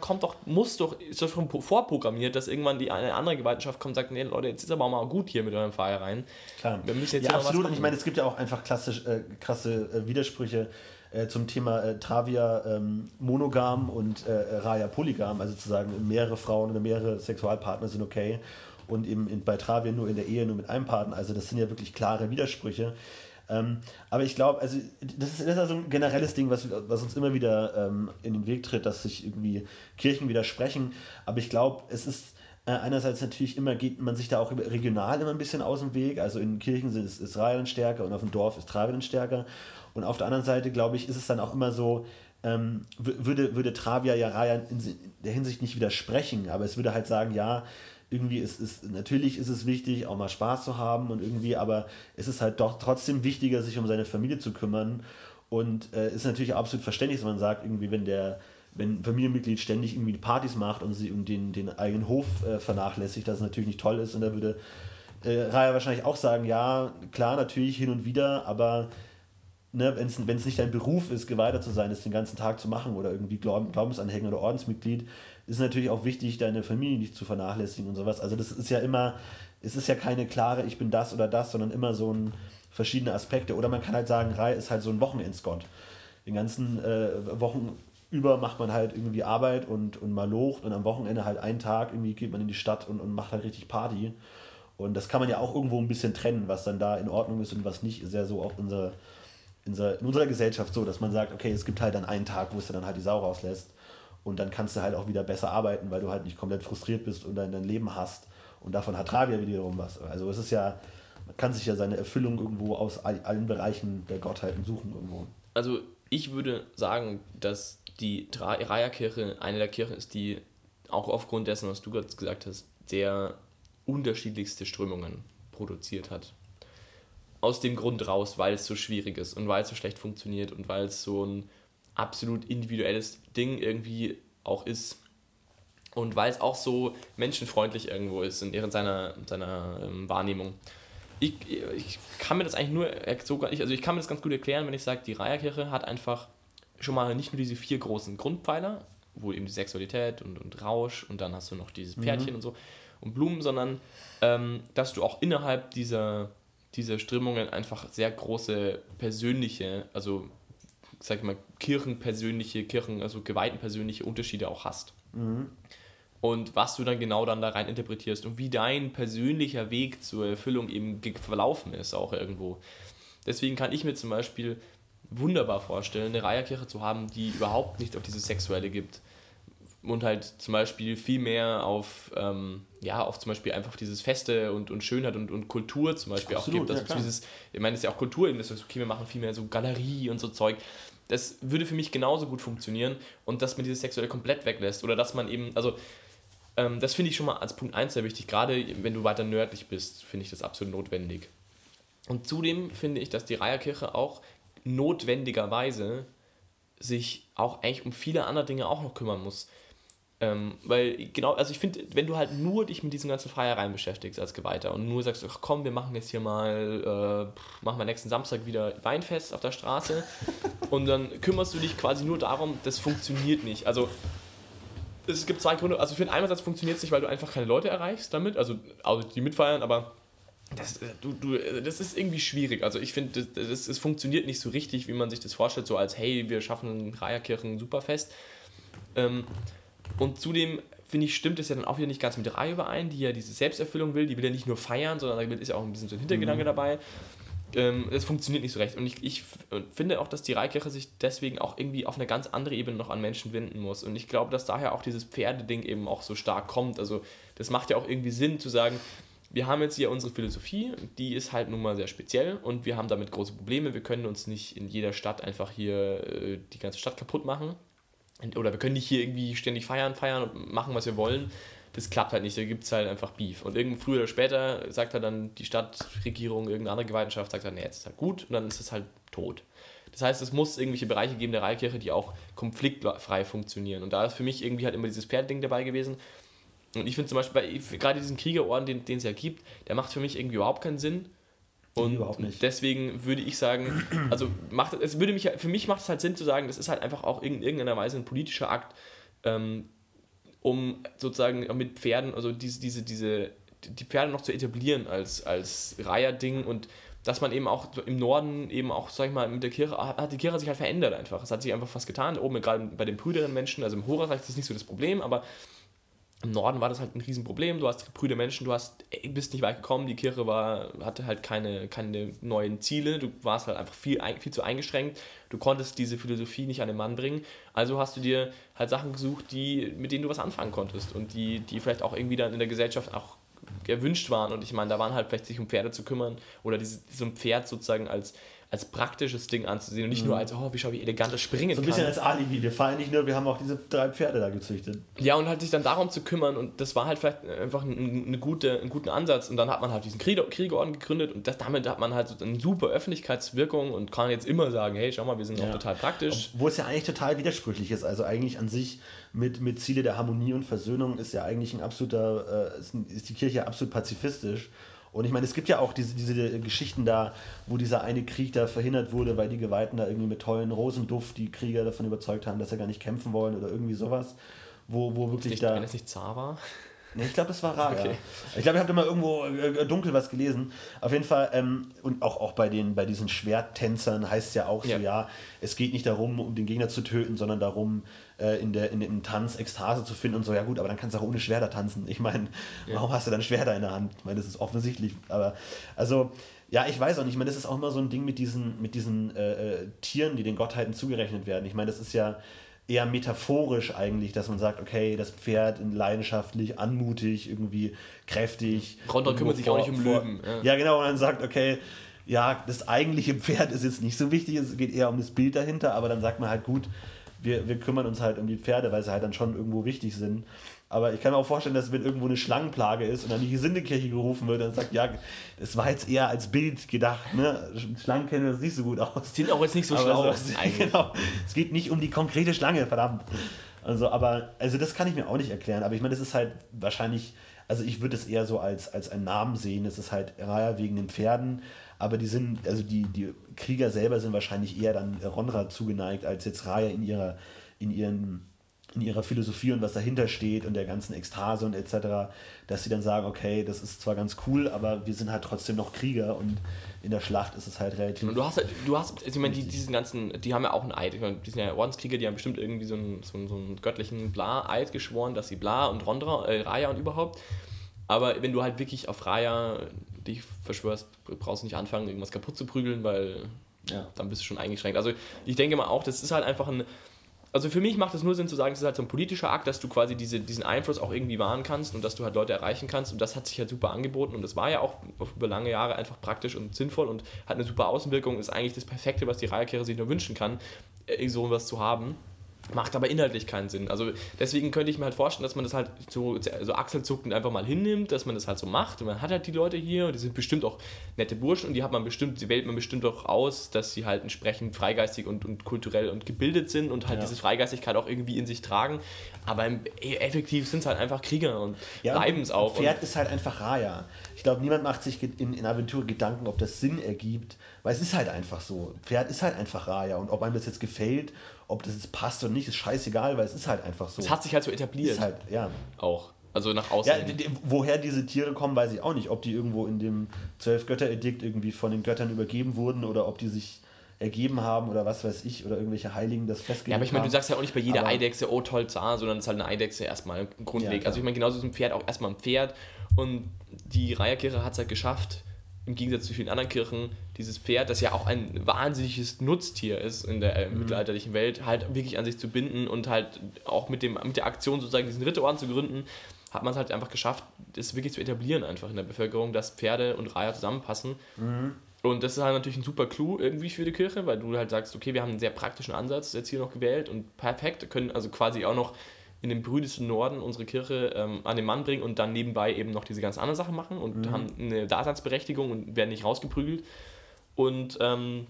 doch schon vorprogrammiert, dass irgendwann eine andere Geweihenschaft kommt und sagt, nee Leute, jetzt ist aber mal gut hier mit eurem Verein. Klar. Wir müssen jetzt ja, absolut. Und ich meine, es gibt ja auch einfach krasse Widersprüche zum Thema Travia monogam und Raya polygam, also zu sagen, mehrere Frauen oder mehrere Sexualpartner sind okay und eben bei Travia nur in der Ehe nur mit einem Partner. Also das sind ja wirklich klare Widersprüche. Aber ich glaube, also das ist also ein generelles Ding, was uns immer wieder in den Weg tritt, dass sich irgendwie Kirchen widersprechen. Aber ich glaube, es ist einerseits natürlich immer, geht man sich da auch regional immer ein bisschen aus dem Weg. Also in Kirchen ist Raya stärker und auf dem Dorf ist Travia stärker. Und auf der anderen Seite, glaube ich, ist es dann auch immer so, würde Travia ja Raya in der Hinsicht nicht widersprechen, aber es würde halt sagen, ja, irgendwie natürlich ist es wichtig, auch mal Spaß zu haben und irgendwie, aber es ist halt doch trotzdem wichtiger, sich um seine Familie zu kümmern und ist natürlich absolut verständlich, dass man sagt, irgendwie, wenn ein Familienmitglied ständig irgendwie Partys macht und den eigenen Hof vernachlässigt, dass es natürlich nicht toll ist und da würde Raya wahrscheinlich auch sagen, ja, klar, natürlich hin und wieder, aber ne, wenn es nicht dein Beruf ist, Geweihter zu sein, das den ganzen Tag zu machen oder irgendwie Glaubensanhänger oder Ordensmitglied, ist natürlich auch wichtig, deine Familie nicht zu vernachlässigen und sowas. Also das ist ja immer, es ist ja keine klare, ich bin das oder das, sondern immer so verschiedene Aspekte. Oder man kann halt sagen, Raya ist halt so ein Wochenendsgott. Den ganzen Wochen über macht man halt irgendwie Arbeit und malocht und am Wochenende halt einen Tag irgendwie geht man in die Stadt und macht halt richtig Party. Und das kann man ja auch irgendwo ein bisschen trennen, was dann da in Ordnung ist und was nicht, ist ja so auch in unserer Gesellschaft so, dass man sagt, okay, es gibt halt dann einen Tag, wo es dann halt die Sau rauslässt und dann kannst du halt auch wieder besser arbeiten, weil du halt nicht komplett frustriert bist und dein Leben hast und davon hat Travia wiederum was. Also es ist ja, man kann sich ja seine Erfüllung irgendwo aus allen Bereichen der Gottheiten suchen irgendwo. Also ich würde sagen, dass die Raya-Kirche eine der Kirchen ist, die auch aufgrund dessen, was du gerade gesagt hast, sehr unterschiedlichste Strömungen produziert hat. Aus dem Grund raus, weil es so schwierig ist und weil es so schlecht funktioniert und weil es so ein absolut individuelles Ding irgendwie auch ist und weil es auch so menschenfreundlich irgendwo ist in seiner Wahrnehmung. Ich kann mir das eigentlich nur ich kann mir das ganz gut erklären, wenn ich sage, die Raya-Kirche hat einfach schon mal nicht nur diese 4 großen Grundpfeiler, wo eben die Sexualität und Rausch und dann hast du noch dieses Pferdchen und so und Blumen, sondern dass du auch innerhalb dieser Strömungen einfach sehr große persönliche, also sag ich mal, also geweihtenpersönliche Unterschiede auch hast. Mhm. Und was du dann genau da rein interpretierst und wie dein persönlicher Weg zur Erfüllung eben verlaufen ist auch irgendwo. Deswegen kann ich mir zum Beispiel wunderbar vorstellen, eine Raya-Kirche zu haben, die überhaupt nicht auf dieses Sexuelle gibt. und halt zum Beispiel viel mehr auf zum Beispiel einfach dieses Feste und Schönheit und Kultur zum Beispiel Absolut, auch gibt. Also ich meine, das ist ja auch Kultur, eben das ist okay, wir machen viel mehr so Galerie und so Zeug. Das würde für mich genauso gut funktionieren und dass man dieses Sexuelle komplett weglässt oder dass man eben, also das finde ich schon mal als Punkt 1 sehr wichtig, gerade wenn du weiter nördlich bist, finde ich das absolut notwendig. Und zudem finde ich, dass die Reiherkirche auch notwendigerweise sich auch eigentlich um viele andere Dinge auch noch kümmern muss. Weil genau, also ich finde, wenn du halt nur dich mit diesen ganzen Feiereien beschäftigst als Geweihter und nur sagst, ach komm, wir machen jetzt hier mal, machen wir nächsten Samstag wieder Weinfest auf der Straße und dann kümmerst du dich quasi nur darum, das funktioniert nicht. Also es gibt zwei Gründe, also ich finde einerseits funktioniert es nicht, weil du einfach keine Leute erreichst damit, also die mitfeiern, aber das ist irgendwie schwierig. Also ich finde, es funktioniert nicht so richtig, wie man sich das vorstellt, so als hey, wir schaffen Reiherkirchen Superfest. Und zudem, finde ich, stimmt es ja dann auch wieder nicht ganz mit der Reihe überein, die ja diese Selbsterfüllung will, die will ja nicht nur feiern, sondern da ist ja auch ein bisschen so ein Hintergedanke dabei. Das funktioniert nicht so recht. Und ich finde auch, dass die Reiherkirche sich deswegen auch irgendwie auf eine ganz andere Ebene noch an Menschen wenden muss. Und ich glaube, dass daher auch dieses Pferdeding eben auch so stark kommt. Also das macht ja auch irgendwie Sinn zu sagen, wir haben jetzt hier unsere Philosophie, die ist halt nun mal sehr speziell und wir haben damit große Probleme. Wir können uns nicht in jeder Stadt einfach hier die ganze Stadt kaputt machen. Oder wir können nicht hier irgendwie ständig feiern und machen, was wir wollen. Das klappt halt nicht, da gibt es halt einfach Beef. Und früher oder später sagt halt dann die Stadtregierung, irgendeine andere Geweihenschaft, sagt halt, nee, jetzt ist halt gut und dann ist es halt tot. Das heißt, es muss irgendwelche Bereiche geben der Reiherkirche, die auch konfliktfrei funktionieren. Und da ist für mich irgendwie halt immer dieses Pferdding dabei gewesen. Und ich finde zum Beispiel, gerade diesen Kriegerorden, den es ja gibt, der macht für mich irgendwie überhaupt keinen Sinn. Und überhaupt nicht. Deswegen würde ich sagen, also für mich macht es halt Sinn zu sagen, das ist halt einfach auch in irgendeiner Weise ein politischer Akt, um sozusagen mit Pferden, also die Pferde noch zu etablieren als Reiherding und dass man eben auch im Norden eben auch, sag ich mal, mit der Kirche, hat die Kirche sich halt verändert einfach. Es hat sich einfach was getan, oben gerade bei den brüderen Menschen, also im Hochreich ist das nicht so das Problem, aber im Norden war das halt ein Riesenproblem. Du hast Brüder Menschen, bist nicht weit gekommen, die Kirche hatte halt keine neuen Ziele, du warst halt einfach viel zu eingeschränkt, du konntest diese Philosophie nicht an den Mann bringen, also hast du dir halt Sachen gesucht, mit denen du was anfangen konntest und die vielleicht auch irgendwie dann in der Gesellschaft auch erwünscht waren und ich meine, da waren halt vielleicht sich um Pferde zu kümmern oder so ein Pferd sozusagen als praktisches Ding anzusehen und nicht nur als, wie schau, wie elegant das springen kann. So ein bisschen als Alibi, wir feiern nicht nur, wir haben auch diese 3 Pferde da gezüchtet. Ja, und halt sich dann darum zu kümmern und das war halt vielleicht einfach einen guten Ansatz und dann hat man halt diesen Kriegerorden gegründet und damit hat man halt so eine super Öffentlichkeitswirkung und kann jetzt immer sagen, hey, schau mal, wir sind auch total praktisch. Wo es ja eigentlich total widersprüchlich ist, also eigentlich an sich mit Ziele der Harmonie und Versöhnung ist ja eigentlich ist die Kirche absolut pazifistisch. Und ich meine, es gibt ja auch diese Geschichten da, wo dieser eine Krieg da verhindert wurde, weil die Geweihten da irgendwie mit tollen Rosenduft die Krieger davon überzeugt haben, dass sie gar nicht kämpfen wollen oder irgendwie sowas, wo wirklich da... Wenn es nicht Zar war? Nee, ich glaube, das war Ra, okay. Ja. Ich glaube, ich habe da mal irgendwo dunkel was gelesen. Auf jeden Fall, und auch bei diesen Schwerttänzern heißt es ja auch so, es geht nicht darum, um den Gegner zu töten, sondern darum, in Tanz Ekstase zu finden und so, ja gut, aber dann kannst du auch ohne Schwerter tanzen. Ich meine, warum hast du dann Schwerter in der Hand? Ich meine, das ist offensichtlich, aber, also, ja, ich weiß auch nicht, ich meine, das ist auch immer so ein Ding mit diesen Tieren, die den Gottheiten zugerechnet werden. Ich meine, das ist ja eher metaphorisch eigentlich, dass man sagt, okay, das Pferd leidenschaftlich, anmutig, irgendwie kräftig. Rondra kümmert sich auch nicht um Löwen. Ja, genau, und dann sagt, okay, ja, das eigentliche Pferd ist jetzt nicht so wichtig, es geht eher um das Bild dahinter, aber dann sagt man halt, gut, wir kümmern uns halt um die Pferde, weil sie halt dann schon irgendwo wichtig sind. Aber ich kann mir auch vorstellen, dass wenn irgendwo eine Schlangenplage ist und dann die Gesindekirche gerufen wird, dann sagt, ja, das war jetzt eher als Bild gedacht, ne? Schlangen kennen das nicht so gut aus. Sind auch jetzt nicht so schlau. Genau. Es geht nicht um die konkrete Schlange, verdammt. Also das kann ich mir auch nicht erklären, aber ich meine, das ist halt wahrscheinlich, also ich würde es eher so als einen Namen sehen, es ist halt Raya wegen den Pferden, aber die Krieger selber sind wahrscheinlich eher dann Rondra zugeneigt, als jetzt Raya in ihrer Philosophie und was dahinter steht und der ganzen Ekstase und etc., dass sie dann sagen, okay, das ist zwar ganz cool, aber wir sind halt trotzdem noch Krieger und in der Schlacht ist es halt relativ... Und du hast, ich meine, diesen ganzen, die haben ja auch einen Eid, ich meine, die sind ja Ordenskrieger, die haben bestimmt irgendwie so einen göttlichen Bla-Eid geschworen, dass sie Bla und Raya und überhaupt, aber wenn du halt wirklich auf Raya dich verschwörst, brauchst du nicht anfangen, irgendwas kaputt zu prügeln, weil dann bist du schon eingeschränkt. Also ich denke mal auch, das ist halt einfach Also für mich macht es nur Sinn zu sagen, es ist halt so ein politischer Akt, dass du quasi diesen Einfluss auch irgendwie wahren kannst und dass du halt Leute erreichen kannst und das hat sich halt super angeboten und das war ja auch über lange Jahre einfach praktisch und sinnvoll und hat eine super Außenwirkung, ist eigentlich das Perfekte, was die Reiherkirche sich nur wünschen kann, so was zu haben. Macht aber inhaltlich keinen Sinn. Also deswegen könnte ich mir halt vorstellen, dass man das halt so achselzuckend einfach mal hinnimmt, dass man das halt so macht und man hat halt die Leute hier und die sind bestimmt auch nette Burschen und die wählt man bestimmt auch aus, dass sie halt entsprechend freigeistig und kulturell und gebildet sind und halt diese Freigeistigkeit auch irgendwie in sich tragen. Aber effektiv sind es halt einfach Krieger und bleiben es auch. Pferd ist halt einfach Raya. Ich glaube, niemand macht sich in Aventur Gedanken, ob das Sinn ergibt, weil es ist halt einfach so. Pferd ist halt einfach Raya und ob einem das jetzt gefällt, ob das jetzt passt oder nicht, ist scheißegal, weil es ist halt einfach so. Es hat sich halt so etabliert. Ist halt, auch. Also nach außen. Ja, woher diese Tiere kommen, weiß ich auch nicht. Ob die irgendwo in dem 12-Götter-Edikt irgendwie von den Göttern übergeben wurden oder ob die sich ergeben haben oder was weiß ich oder irgendwelche Heiligen das festgelegt haben. Ja, aber ich meine, du sagst ja auch nicht bei jeder Eidechse, oh toll, Zahn, sondern es ist halt eine Eidechse erstmal im Grundweg. Ja, also ich meine, genauso ist ein Pferd auch erstmal ein Pferd und die Reiherkirche hat es halt geschafft, im Gegensatz zu vielen anderen Kirchen, dieses Pferd, das ja auch ein wahnsinniges Nutztier ist in der mittelalterlichen Welt, halt wirklich an sich zu binden und halt auch mit der Aktion sozusagen diesen Ritterorden zu gründen, hat man es halt einfach geschafft, das wirklich zu etablieren einfach in der Bevölkerung, dass Pferde und Reiher zusammenpassen. Und das ist halt natürlich ein super Clou irgendwie für die Kirche, weil du halt sagst, okay, wir haben einen sehr praktischen Ansatz jetzt hier noch gewählt und perfekt, können also quasi auch noch in dem brüdesten Norden unsere Kirche an den Mann bringen und dann nebenbei eben noch diese ganz anderen Sachen machen und haben eine Daseinsberechtigung und werden nicht rausgeprügelt und haben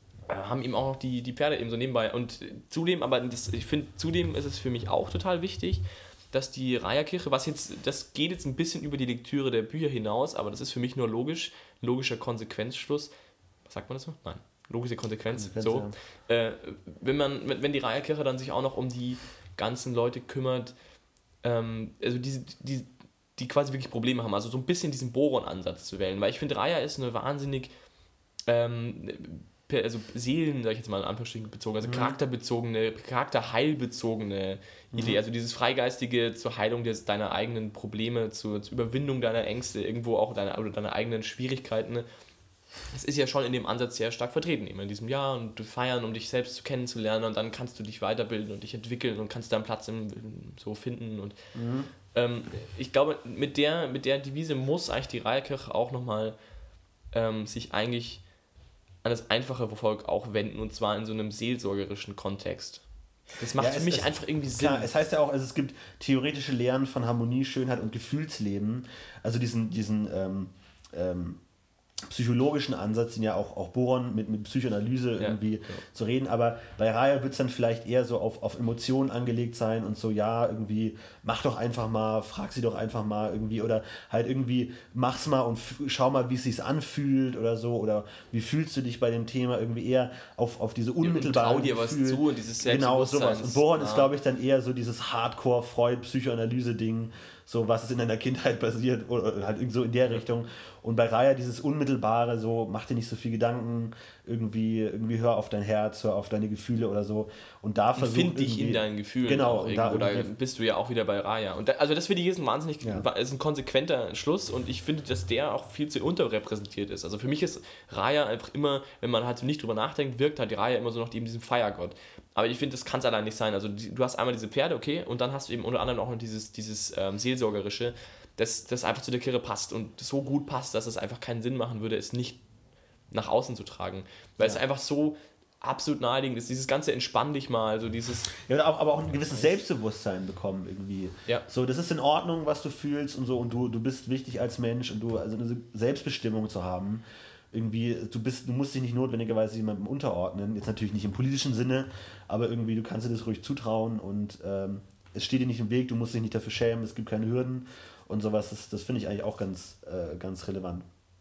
eben auch noch die Pferde eben so nebenbei und zudem, ich finde, zudem ist es für mich auch total wichtig, dass die Reiherkirche, das geht jetzt ein bisschen über die Lektüre der Bücher hinaus, aber das ist für mich nur logischer Konsequenzschluss. Was sagt man dazu? Nein, logische Konsequenz. So. Ja. Wenn die Reiherkirche dann sich auch noch um die ganzen Leute kümmert, also die quasi wirklich Probleme haben, also so ein bisschen diesen Boron-Ansatz zu wählen, weil ich finde, Raya ist eine wahnsinnig also Seelen, sag ich jetzt mal in Anführungsstrichen bezogen, also charakterheilbezogene Idee, also dieses Freigeistige zur Heilung deiner eigenen Probleme, zur Überwindung deiner Ängste, irgendwo auch deiner eigenen Schwierigkeiten. Das ist ja schon in dem Ansatz sehr stark vertreten, eben in diesem Jahr und du feiern, um dich selbst kennenzulernen und dann kannst du dich weiterbilden und dich entwickeln und kannst deinen Platz so finden und ich glaube, mit der Devise muss eigentlich die Reiherkirche auch nochmal sich eigentlich an das einfache Volk auch wenden und zwar in so einem seelsorgerischen Kontext. Das macht für mich einfach irgendwie Sinn. Klar, es heißt ja auch, also es gibt theoretische Lehren von Harmonie, Schönheit und Gefühlsleben, also diesen psychologischen Ansatz, den ja auch Boron mit Psychoanalyse irgendwie zu reden, aber bei Raya wird es dann vielleicht eher so auf Emotionen angelegt sein und so, ja, irgendwie mach doch einfach mal, frag sie doch einfach mal irgendwie oder halt irgendwie mach's mal und schau mal, wie es sich anfühlt oder so oder wie fühlst du dich bei dem Thema irgendwie eher auf diese unmittelbare Gefühl. Trau dir was zu und dieses Selbstbewusstsein. Genau, sowas. Und Boron ist, glaube ich, dann eher so dieses Hardcore-Freud-Psychoanalyse-Ding, so was ist in deiner Kindheit passiert oder halt so in der Richtung. Und bei Raya dieses Unmittelbare, so mach dir nicht so viel Gedanken, irgendwie hör auf dein Herz, hör auf deine Gefühle oder so. Und da find dich in deinen Gefühlen. Genau. Auch da bist du ja auch wieder bei Raya. Und also das finde ich ist ein konsequenter Schluss und ich finde, dass der auch viel zu unterrepräsentiert ist. Also für mich ist Raya einfach immer, wenn man halt so nicht drüber nachdenkt, wirkt halt die Raya immer so nach diesem Feiergott. Aber ich finde, das kann es allein nicht sein. Also du hast einmal diese Pferde, okay, und dann hast du eben unter anderem auch noch dieses Seelsorgerische, das einfach zu der Kirche passt und so gut passt, dass es einfach keinen Sinn machen würde, es nicht nach außen zu tragen. Weil es einfach so absolut naheliegend ist. Dieses ganze Entspann dich mal, so dieses... Ja, aber auch ein gewisses Selbstbewusstsein bekommen irgendwie. Ja. So, das ist in Ordnung, was du fühlst und so und du bist wichtig als Mensch und also eine Selbstbestimmung zu haben. Irgendwie, du musst dich nicht notwendigerweise jemandem unterordnen, jetzt natürlich nicht im politischen Sinne, aber irgendwie, du kannst dir das ruhig zutrauen und es steht dir nicht im Weg, du musst dich nicht dafür schämen, es gibt keine Hürden und sowas, das finde ich eigentlich auch ganz relevant.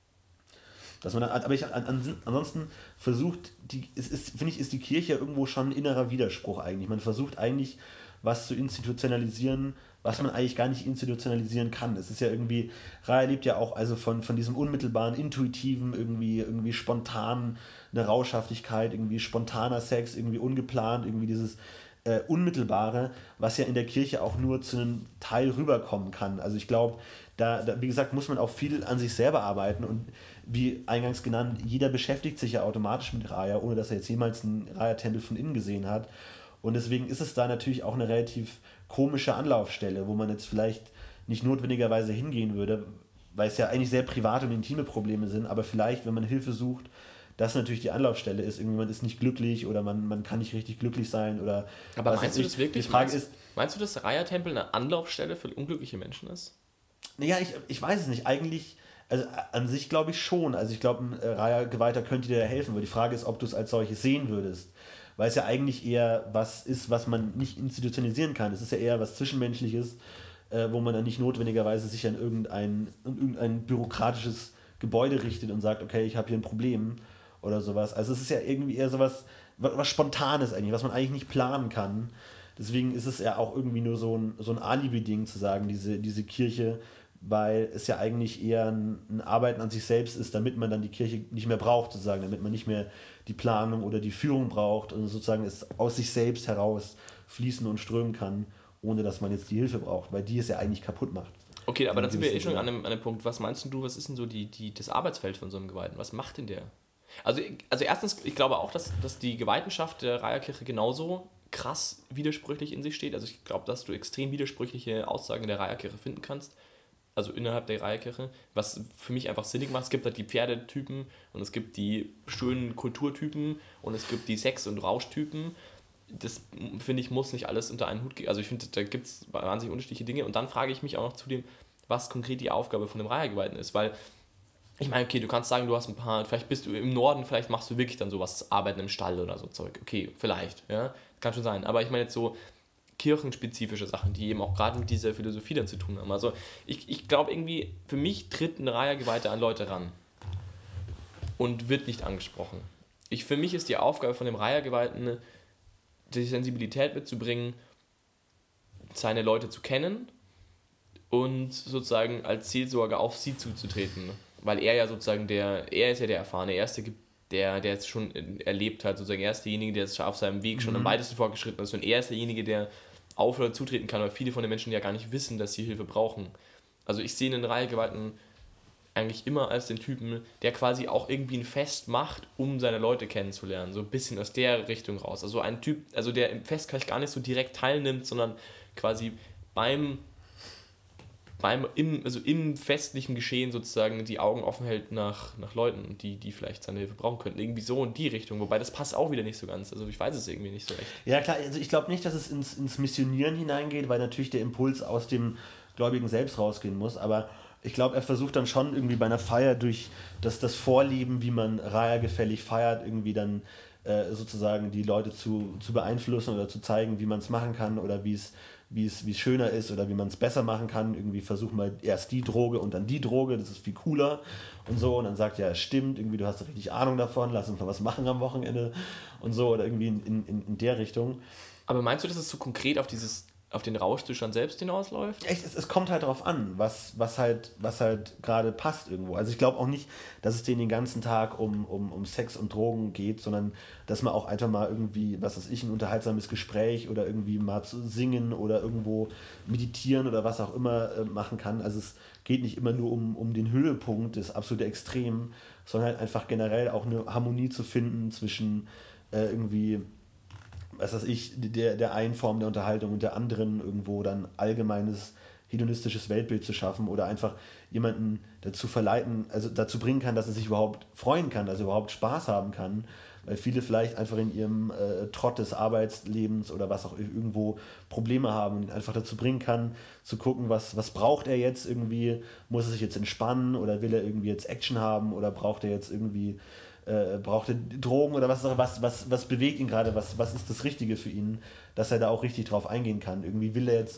Dass man ansonsten versucht, finde ich, ist die Kirche irgendwo schon ein innerer Widerspruch eigentlich. Man versucht eigentlich, was zu institutionalisieren, was man eigentlich gar nicht institutionalisieren kann. Es ist ja irgendwie, Raya lebt ja auch also von diesem unmittelbaren, intuitiven, irgendwie spontanen, eine Rauschhaftigkeit, irgendwie spontaner Sex, irgendwie ungeplant, irgendwie dieses Unmittelbare, was ja in der Kirche auch nur zu einem Teil rüberkommen kann. Also ich glaube, da, wie gesagt, muss man auch viel an sich selber arbeiten und wie eingangs genannt, jeder beschäftigt sich ja automatisch mit Raya, ohne dass er jetzt jemals einen Raya-Tempel von innen gesehen hat. Und deswegen ist es da natürlich auch eine relativ komische Anlaufstelle, wo man jetzt vielleicht nicht notwendigerweise hingehen würde, weil es ja eigentlich sehr private und intime Probleme sind, aber vielleicht, wenn man Hilfe sucht, das natürlich die Anlaufstelle ist. Irgendwie man ist nicht glücklich oder man kann nicht richtig glücklich sein. Oder aber meinst du das wirklich? Die Frage meinst du, dass Raya-Tempel eine Anlaufstelle für unglückliche Menschen ist? Ja, ich weiß es nicht. Eigentlich, also an sich glaube ich schon. Also ich glaube, ein Raya-Geweihter könnte dir helfen, weil die Frage ist, ob du es als solches sehen würdest. Weil es ja eigentlich eher was ist, was man nicht institutionalisieren kann. Es ist ja eher was Zwischenmenschliches, wo man dann nicht notwendigerweise sich an irgendein bürokratisches Gebäude richtet und sagt, okay, ich habe hier ein Problem oder sowas. Also es ist ja irgendwie eher sowas, was Spontanes eigentlich, was man eigentlich nicht planen kann. Deswegen ist es ja auch irgendwie nur so ein Alibi-Ding zu sagen, diese Kirche, weil es ja eigentlich eher ein Arbeiten an sich selbst ist, damit man dann die Kirche nicht mehr braucht, sozusagen, damit man nicht mehr die Planung oder die Führung braucht und sozusagen es aus sich selbst heraus fließen und strömen kann, ohne dass man jetzt die Hilfe braucht, weil die es ja eigentlich kaputt macht. Okay, aber dann sind wir schon an einem Punkt. Was meinst du, was ist denn so das Arbeitsfeld von so einem Geweihten? Was macht denn der? Also erstens, ich glaube auch, dass die Geweihtenschaft der Raya-Kirche genauso krass widersprüchlich in sich steht. Also ich glaube, dass du extrem widersprüchliche Aussagen der Raya-Kirche finden kannst. Also innerhalb der Raya-Kirche. Was für mich einfach sinnig macht. Es gibt halt die Pferdetypen und es gibt die schönen Kulturtypen und es gibt die Sex- und Rauschtypen. Das, finde ich, muss nicht alles unter einen Hut gehen. Also ich finde, da gibt es wahnsinnig unterschiedliche Dinge. Und dann frage ich mich auch noch zudem, was konkret die Aufgabe von dem Raya-Geweihten ist. Weil ich meine, okay, du kannst sagen, du hast ein paar, vielleicht bist du im Norden, vielleicht machst du wirklich dann sowas, Arbeiten im Stall oder so Zeug. Okay, vielleicht, ja, kann schon sein. Aber ich meine jetzt so kirchenspezifische Sachen, die eben auch gerade mit dieser Philosophie dann zu tun haben. Also ich glaube irgendwie, für mich tritt ein Raya-Geweihter an Leute ran und wird nicht angesprochen. Für mich ist die Aufgabe von dem Raya-Geweihten, die Sensibilität mitzubringen, seine Leute zu kennen und sozusagen als Seelsorger auf sie zuzutreten. Weil er ja sozusagen er ist ja der Erfahrene, er ist der es schon erlebt hat, sozusagen er ist derjenige, der es auf seinem Weg schon am weitesten fortgeschritten ist und er ist derjenige, der auf oder zutreten kann, weil viele von den Menschen ja gar nicht wissen, dass sie Hilfe brauchen. Also ich sehe einen Raya-Geweihten eigentlich immer als den Typen, der quasi auch irgendwie ein Fest macht, um seine Leute kennenzulernen, so ein bisschen aus der Richtung raus. Also ein Typ, also der im Fest vielleicht gar nicht so direkt teilnimmt, sondern quasi im festlichen Geschehen sozusagen die Augen offen hält nach Leuten, die vielleicht seine Hilfe brauchen könnten. Irgendwie so in die Richtung. Wobei das passt auch wieder nicht so ganz. Also ich weiß es irgendwie nicht so recht. Ja klar, also ich glaube nicht, dass es ins Missionieren hineingeht, weil natürlich der Impuls aus dem Gläubigen selbst rausgehen muss. Aber ich glaube, er versucht dann schon irgendwie bei einer Feier durch das Vorleben, wie man Raya gefällig feiert, irgendwie dann sozusagen die Leute zu beeinflussen oder zu zeigen, wie man es machen kann oder wie es schöner ist oder wie man es besser machen kann. Irgendwie versuchen wir erst die Droge und dann die Droge, das ist viel cooler und so. Und dann sagt ja, es stimmt, irgendwie du hast richtig Ahnung davon, lass uns mal was machen am Wochenende und so oder irgendwie in der Richtung. Aber meinst du, dass es so konkret auf den Rauschzustand selbst hinausläuft? Es kommt halt darauf an, was halt gerade passt irgendwo. Also ich glaube auch nicht, dass es denen den ganzen Tag um Sex und Drogen geht, sondern dass man auch einfach mal irgendwie, was weiß ich, ein unterhaltsames Gespräch oder irgendwie mal zu singen oder irgendwo meditieren oder was auch immer machen kann. Also es geht nicht immer nur um den Höhepunkt, das absolute Extrem, sondern halt einfach generell auch eine Harmonie zu finden zwischen irgendwie, was weiß ich, der einen Form der Unterhaltung und der anderen irgendwo dann allgemeines hedonistisches Weltbild zu schaffen oder einfach jemanden dazu verleiten, also dazu bringen kann, dass er sich überhaupt freuen kann, dass er überhaupt Spaß haben kann, weil viele vielleicht einfach in ihrem Trott des Arbeitslebens oder was auch irgendwo Probleme haben und ihn einfach dazu bringen kann, zu gucken, was braucht er jetzt irgendwie, muss er sich jetzt entspannen oder will er irgendwie jetzt Action haben oder braucht er jetzt irgendwie braucht er Drogen oder was bewegt ihn gerade, was ist das Richtige für ihn, dass er da auch richtig drauf eingehen kann. Irgendwie will er jetzt,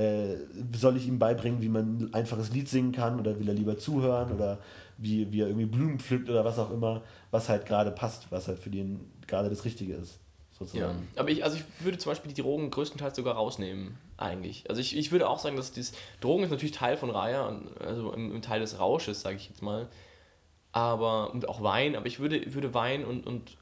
soll ich ihm beibringen, wie man ein einfaches Lied singen kann oder will er lieber zuhören oder wie er irgendwie Blumen pflückt oder was auch immer, was halt gerade passt, was halt für den gerade das Richtige ist. Sozusagen. Ja, aber ich würde zum Beispiel die Drogen größtenteils sogar rausnehmen, eigentlich. Also ich würde auch sagen, dass Drogen ist natürlich Teil von Raya, also im Teil des Rausches, sage ich jetzt mal. Und auch Wein, aber ich würde Wein und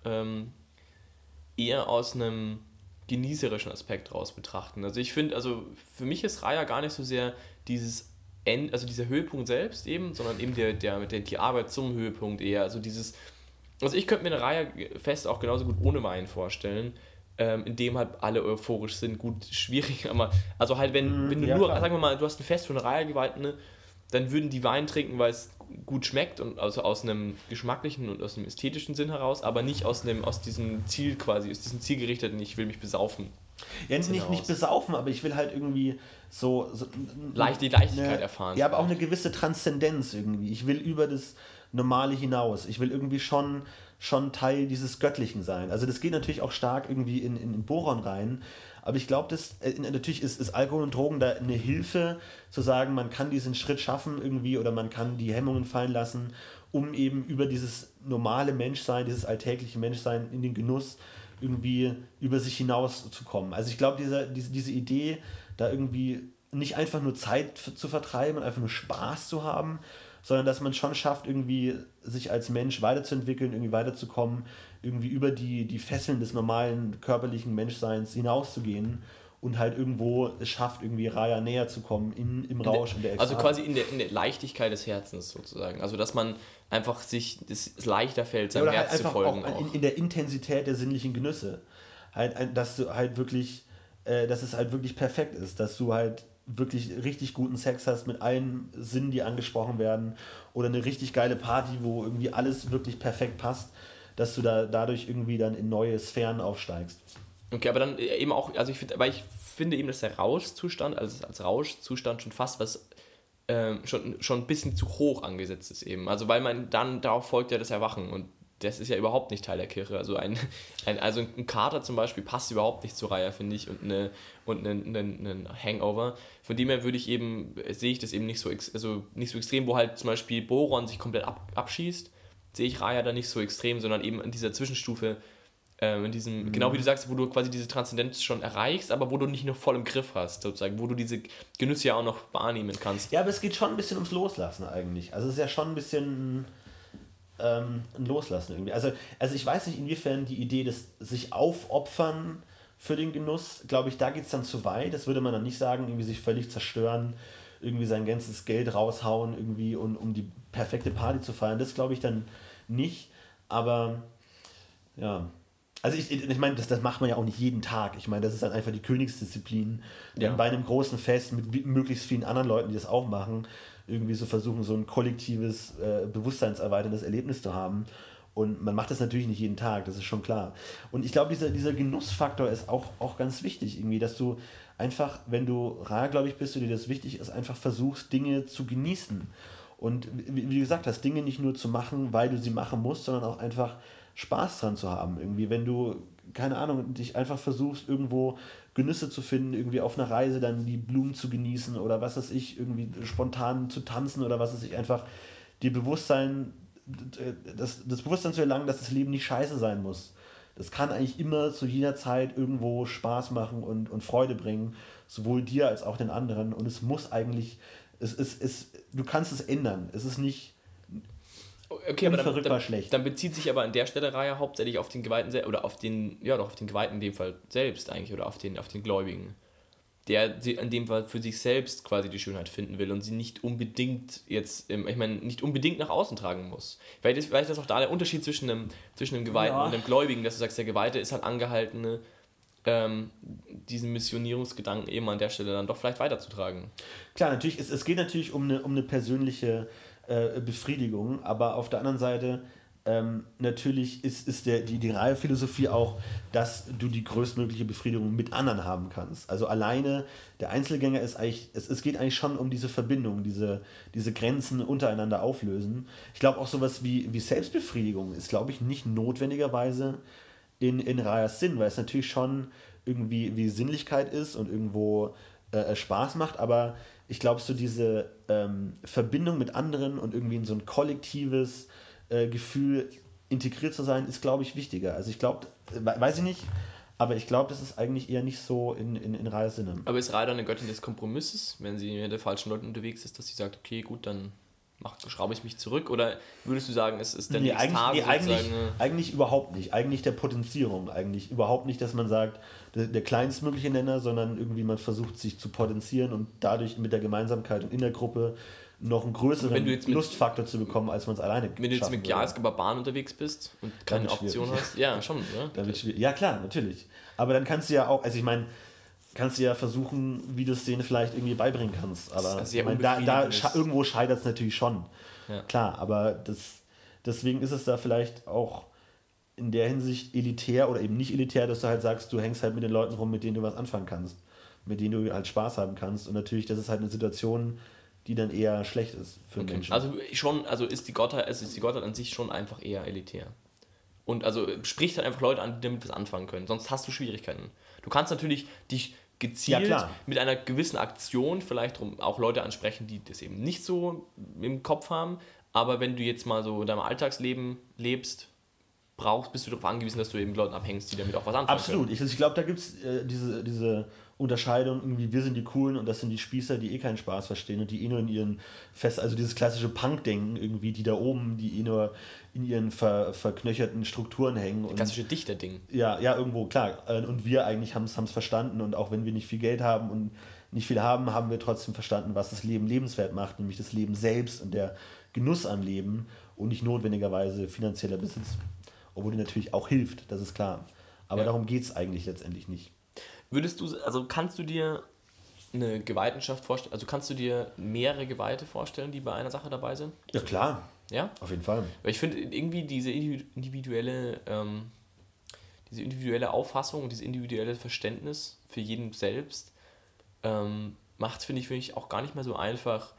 eher aus einem genießerischen Aspekt raus betrachten. Also ich finde, also für mich ist Raya gar nicht so sehr dieser Höhepunkt selbst eben, sondern eben die Arbeit zum Höhepunkt eher. Also ich könnte mir eine Raya-Fest auch genauso gut ohne Wein vorstellen, in dem halt alle euphorisch sind. Gut, schwierig, aber also halt, wenn du nur, klar. Sagen wir mal, du hast ein Fest für eine Reihe Geweihten, dann würden die Wein trinken, weil es gut schmeckt und also aus einem geschmacklichen und aus einem ästhetischen Sinn heraus, aber nicht aus diesem Ziel quasi, aus diesem zielgerichteten, ich will mich besaufen. Ja, nicht besaufen, aber ich will halt irgendwie so die Leichtigkeit erfahren. Ja, aber auch eine gewisse Transzendenz irgendwie. Ich will über das Normale hinaus. Ich will irgendwie schon Teil dieses Göttlichen sein. Also das geht natürlich auch stark irgendwie in Boron rein, aber ich glaube, natürlich ist Alkohol und Drogen da eine Hilfe, zu sagen, man kann diesen Schritt schaffen irgendwie oder man kann die Hemmungen fallen lassen, um eben über dieses normale Menschsein, dieses alltägliche Menschsein in den Genuss irgendwie über sich hinaus zu kommen. Also ich glaube, diese Idee, da irgendwie nicht einfach nur Zeit zu vertreiben und einfach nur Spaß zu haben, sondern dass man schon schafft, irgendwie sich als Mensch weiterzuentwickeln, irgendwie weiterzukommen, irgendwie über die Fesseln des normalen körperlichen Menschseins hinauszugehen und halt irgendwo es schafft, irgendwie Raya näher zu kommen im Rausch, in der Ekstase. Also quasi in der Leichtigkeit des Herzens sozusagen. Also dass man einfach sich das leichter fällt, seinem Herz zu folgen. Auch in der Intensität der sinnlichen Genüsse. Dass du halt wirklich, dass es halt wirklich perfekt ist, dass du halt wirklich richtig guten Sex hast mit allen Sinnen, die angesprochen werden, oder eine richtig geile Party, wo irgendwie alles wirklich perfekt passt, dass du dadurch irgendwie dann in neue Sphären aufsteigst. Okay, aber dann eben auch, also ich finde eben, dass der Rauschzustand, also als Rauschzustand schon fast was schon ein bisschen zu hoch angesetzt ist eben. Also weil man dann darauf folgt ja das Erwachen und das ist ja überhaupt nicht Teil der Kirche. Also ein Kater zum Beispiel passt überhaupt nicht zu Raya, finde ich, und ein Hangover. Von dem her sehe ich das eben nicht so extrem, wo halt zum Beispiel Boron sich komplett abschießt, sehe ich Raya da nicht so extrem, sondern eben in dieser Zwischenstufe, genau wie du sagst, wo du quasi diese Transzendenz schon erreichst, aber wo du nicht noch voll im Griff hast, sozusagen, wo du diese Genüsse ja auch noch wahrnehmen kannst. Ja, aber es geht schon ein bisschen ums Loslassen eigentlich. Also es ist ja schon ein bisschen ein Loslassen irgendwie. Also ich weiß nicht, inwiefern die Idee des sich aufopfern für den Genuss, glaube ich, da geht es dann zu weit. Das würde man dann nicht sagen, irgendwie sich völlig zerstören, irgendwie sein ganzes Geld raushauen, irgendwie um die perfekte Party zu feiern. Das glaube ich dann nicht. Aber ja. Also ich meine, das macht man ja auch nicht jeden Tag. Ich meine, das ist dann einfach die Königsdisziplin. Ja. Bei einem großen Fest mit möglichst vielen anderen Leuten, die das auch machen, irgendwie so versuchen, so ein kollektives, bewusstseinserweiterndes Erlebnis zu haben. Und man macht das natürlich nicht jeden Tag, das ist schon klar. Und ich glaube, dieser Genussfaktor ist auch ganz wichtig, irgendwie, dass du einfach, wenn du rar, glaube ich, bist, dir das wichtig ist, einfach versuchst, Dinge zu genießen. Und wie du gesagt hast, Dinge nicht nur zu machen, weil du sie machen musst, sondern auch einfach Spaß dran zu haben. Irgendwie, wenn du, keine Ahnung, dich einfach versuchst, irgendwo Genüsse zu finden, irgendwie auf einer Reise dann die Blumen zu genießen oder was weiß ich, irgendwie spontan zu tanzen oder was weiß ich, einfach dir das Bewusstsein zu erlangen, dass das Leben nicht scheiße sein muss. Das kann eigentlich immer zu jeder Zeit irgendwo Spaß machen und Freude bringen, sowohl dir als auch den anderen. Und es muss eigentlich, du kannst es ändern. Es ist nicht unverrückbar schlecht. Dann bezieht sich aber an der Stelle Raya hauptsächlich auf den Geweihten oder auf den Geweihten in dem Fall selbst eigentlich oder auf den Gläubigen, der in dem Fall für sich selbst quasi die Schönheit finden will und sie nicht unbedingt nicht unbedingt nach außen tragen muss. Vielleicht ist das auch da der Unterschied zwischen einem Geweihten und einem Gläubigen, dass du sagst, der Geweihte ist halt angehalten, diesen Missionierungsgedanken eben an der Stelle dann doch vielleicht weiterzutragen. Klar, natürlich, es geht natürlich um eine persönliche Befriedigung, aber auf der anderen Seite natürlich ist die Reihe-Philosophie auch, dass du die größtmögliche Befriedigung mit anderen haben kannst. Also alleine der Einzelgänger ist eigentlich, es geht eigentlich schon um diese Verbindung, diese Grenzen untereinander auflösen. Ich glaube auch sowas wie Selbstbefriedigung ist, glaube ich, nicht notwendigerweise in Rayas Sinn, weil es natürlich schon irgendwie wie Sinnlichkeit ist und irgendwo Spaß macht, aber ich glaube, so diese Verbindung mit anderen und irgendwie in so ein kollektives Gefühl integriert zu sein, ist, glaube ich, wichtiger. Also ich glaube, weiß ich nicht, aber ich glaube, das ist eigentlich eher nicht so in Rayas Sinne. Aber ist Raya eine Göttin des Kompromisses, wenn sie mit den falschen Leuten unterwegs ist, dass sie sagt, okay, gut, dann schraube ich mich zurück? Oder würdest du sagen, es ist dann die Ekstase eigentlich überhaupt nicht. Eigentlich der Potenzierung. Eigentlich überhaupt nicht, dass man sagt, der kleinstmögliche Nenner, sondern irgendwie man versucht, sich zu potenzieren und dadurch mit der Gemeinsamkeit und in der Gruppe noch einen größeren Lustfaktor zu bekommen, als man es alleine Wenn du jetzt mit Jahreskörper Bahn unterwegs bist und keine Option hast, ja, schon. Ja, klar, natürlich. Aber dann kannst du ja auch, also ich meine, kannst du ja versuchen, wie du es denen vielleicht irgendwie beibringen kannst. Aber ich mein, irgendwo scheitert es natürlich schon. Ja. Klar, aber deswegen ist es da vielleicht auch in der Hinsicht elitär oder eben nicht elitär, dass du halt sagst, du hängst halt mit den Leuten rum, mit denen du was anfangen kannst. Mit denen du halt Spaß haben kannst. Und natürlich, das ist halt eine Situation, die dann eher schlecht ist für Menschen. Also ist die Gottheit an sich schon einfach eher elitär. Und also spricht halt einfach Leute an, die damit was anfangen können. Sonst hast du Schwierigkeiten. Du kannst natürlich dich gezielt mit einer gewissen Aktion vielleicht auch Leute ansprechen, die das eben nicht so im Kopf haben. Aber wenn du jetzt mal so in deinem Alltagsleben lebst, bist du darauf angewiesen, dass du eben Leuten abhängst, die damit auch was anfangen können. Absolut. Ich glaube, da gibt es diese Unterscheidung, irgendwie wir sind die Coolen und das sind die Spießer, die keinen Spaß verstehen und die nur in ihren also dieses klassische Punk-Denken irgendwie, die da oben, die nur in ihren verknöcherten Strukturen hängen. Das klassische Dichter-Ding. Ja, irgendwo, klar. Und wir eigentlich haben es verstanden und auch wenn wir nicht viel Geld haben und nicht viel haben wir trotzdem verstanden, was das Leben lebenswert macht, nämlich das Leben selbst und der Genuss am Leben und nicht notwendigerweise finanzieller Besitz. Obwohl die natürlich auch hilft, das ist klar. Aber darum geht es eigentlich letztendlich nicht. Kannst du dir eine Geweihtenschaft vorstellen, also kannst du dir mehrere Geweihte vorstellen, die bei einer Sache dabei sind? Ja, klar. Ja? Auf jeden Fall. Weil ich finde irgendwie diese individuelle Auffassung, dieses individuelle Verständnis für jeden selbst macht es, finde ich, auch gar nicht mehr so einfach,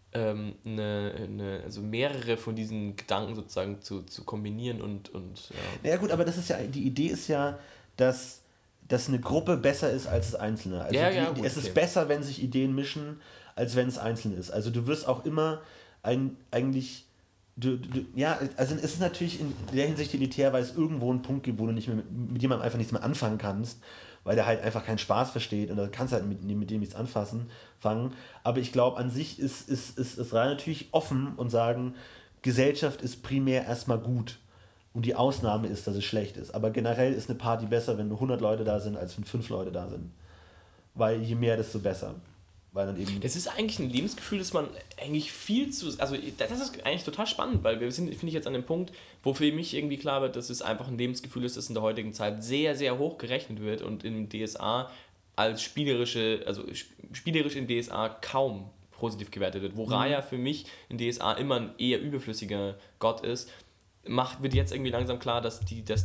also mehrere von diesen Gedanken sozusagen zu kombinieren und Ja gut, aber das ist ja, die Idee ist ja, dass eine Gruppe besser ist als das Einzelne. Also es ist besser, wenn sich Ideen mischen, als wenn es einzeln ist. Also du wirst auch immer also es ist natürlich in der Hinsicht elitär, weil es irgendwo einen Punkt gibt, wo du nicht mehr mit jemandem einfach nichts mehr anfangen kannst, weil der halt einfach keinen Spaß versteht und dann kannst du halt mit dem nichts fangen. Aber ich glaube, an sich ist rein natürlich offen und sagen, Gesellschaft ist primär erstmal gut und die Ausnahme ist, dass es schlecht ist. Aber generell ist eine Party besser, wenn nur 100 Leute da sind, als wenn 5 Leute da sind. Weil je mehr, desto besser. Weil dann eben das ist eigentlich ein Lebensgefühl, das man eigentlich also das ist eigentlich total spannend, weil wir sind, finde ich, jetzt an dem Punkt, wo für mich irgendwie klar wird, dass es einfach ein Lebensgefühl ist, das in der heutigen Zeit sehr, sehr hoch gerechnet wird und im DSA als spielerisch in DSA kaum positiv gewertet wird. Wo Raya für mich in DSA immer ein eher überflüssiger Gott ist, wird jetzt irgendwie langsam klar, dass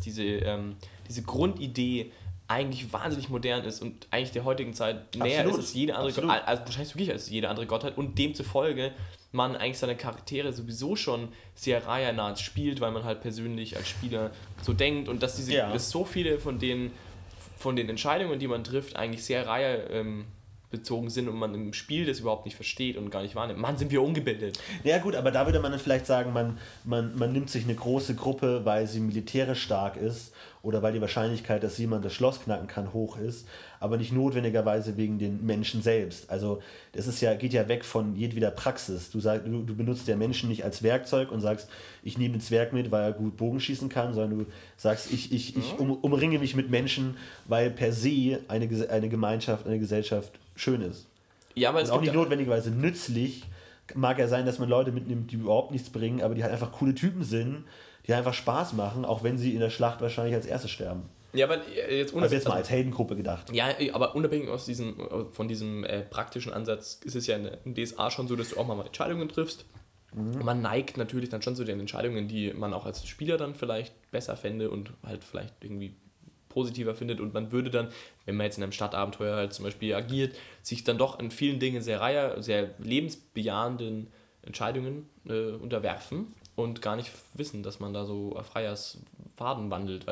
diese Grundidee eigentlich wahnsinnig modern ist und eigentlich der heutigen Zeit näher ist als jede andere Gottheit, also wahrscheinlich wirklich als jede andere Gottheit und demzufolge man eigentlich seine Charaktere sowieso schon sehr Raya-nah spielt, weil man halt persönlich als Spieler so denkt und dass dass so viele von den Entscheidungen, die man trifft, eigentlich sehr Raya bezogen sind und man im Spiel das überhaupt nicht versteht und gar nicht wahrnimmt. Mann, sind wir ungebildet. Ja gut, aber da würde man dann vielleicht sagen, man nimmt sich eine große Gruppe, weil sie militärisch stark ist oder weil die Wahrscheinlichkeit, dass jemand das Schloss knacken kann, hoch ist, aber nicht notwendigerweise wegen den Menschen selbst. Also das geht ja weg von jedweder Praxis. Du benutzt ja Menschen nicht als Werkzeug und sagst, ich nehme den Zwerg mit, weil er gut Bogen schießen kann, sondern du sagst, ich umringe mich mit Menschen, weil per se eine Gemeinschaft, eine Gesellschaft schön ist. Ja, aber und auch nicht notwendigerweise nützlich. Mag ja sein, dass man Leute mitnimmt, die überhaupt nichts bringen, aber die halt einfach coole Typen sind, die einfach Spaß machen, auch wenn sie in der Schlacht wahrscheinlich als Erste sterben. Ja, aber jetzt mal als Heldengruppe gedacht. Ja, aber unabhängig von diesem praktischen Ansatz ist es ja in DSA schon so, dass du auch mal Entscheidungen triffst. Mhm. Man neigt natürlich dann schon zu den Entscheidungen, die man auch als Spieler dann vielleicht besser fände und halt vielleicht irgendwie positiver findet und man würde dann, wenn man jetzt in einem Stadtabenteuer halt zum Beispiel agiert, sich dann doch in vielen Dingen sehr lebensbejahenden Entscheidungen unterwerfen und gar nicht wissen, dass man da so auf Rayas Faden wandelt,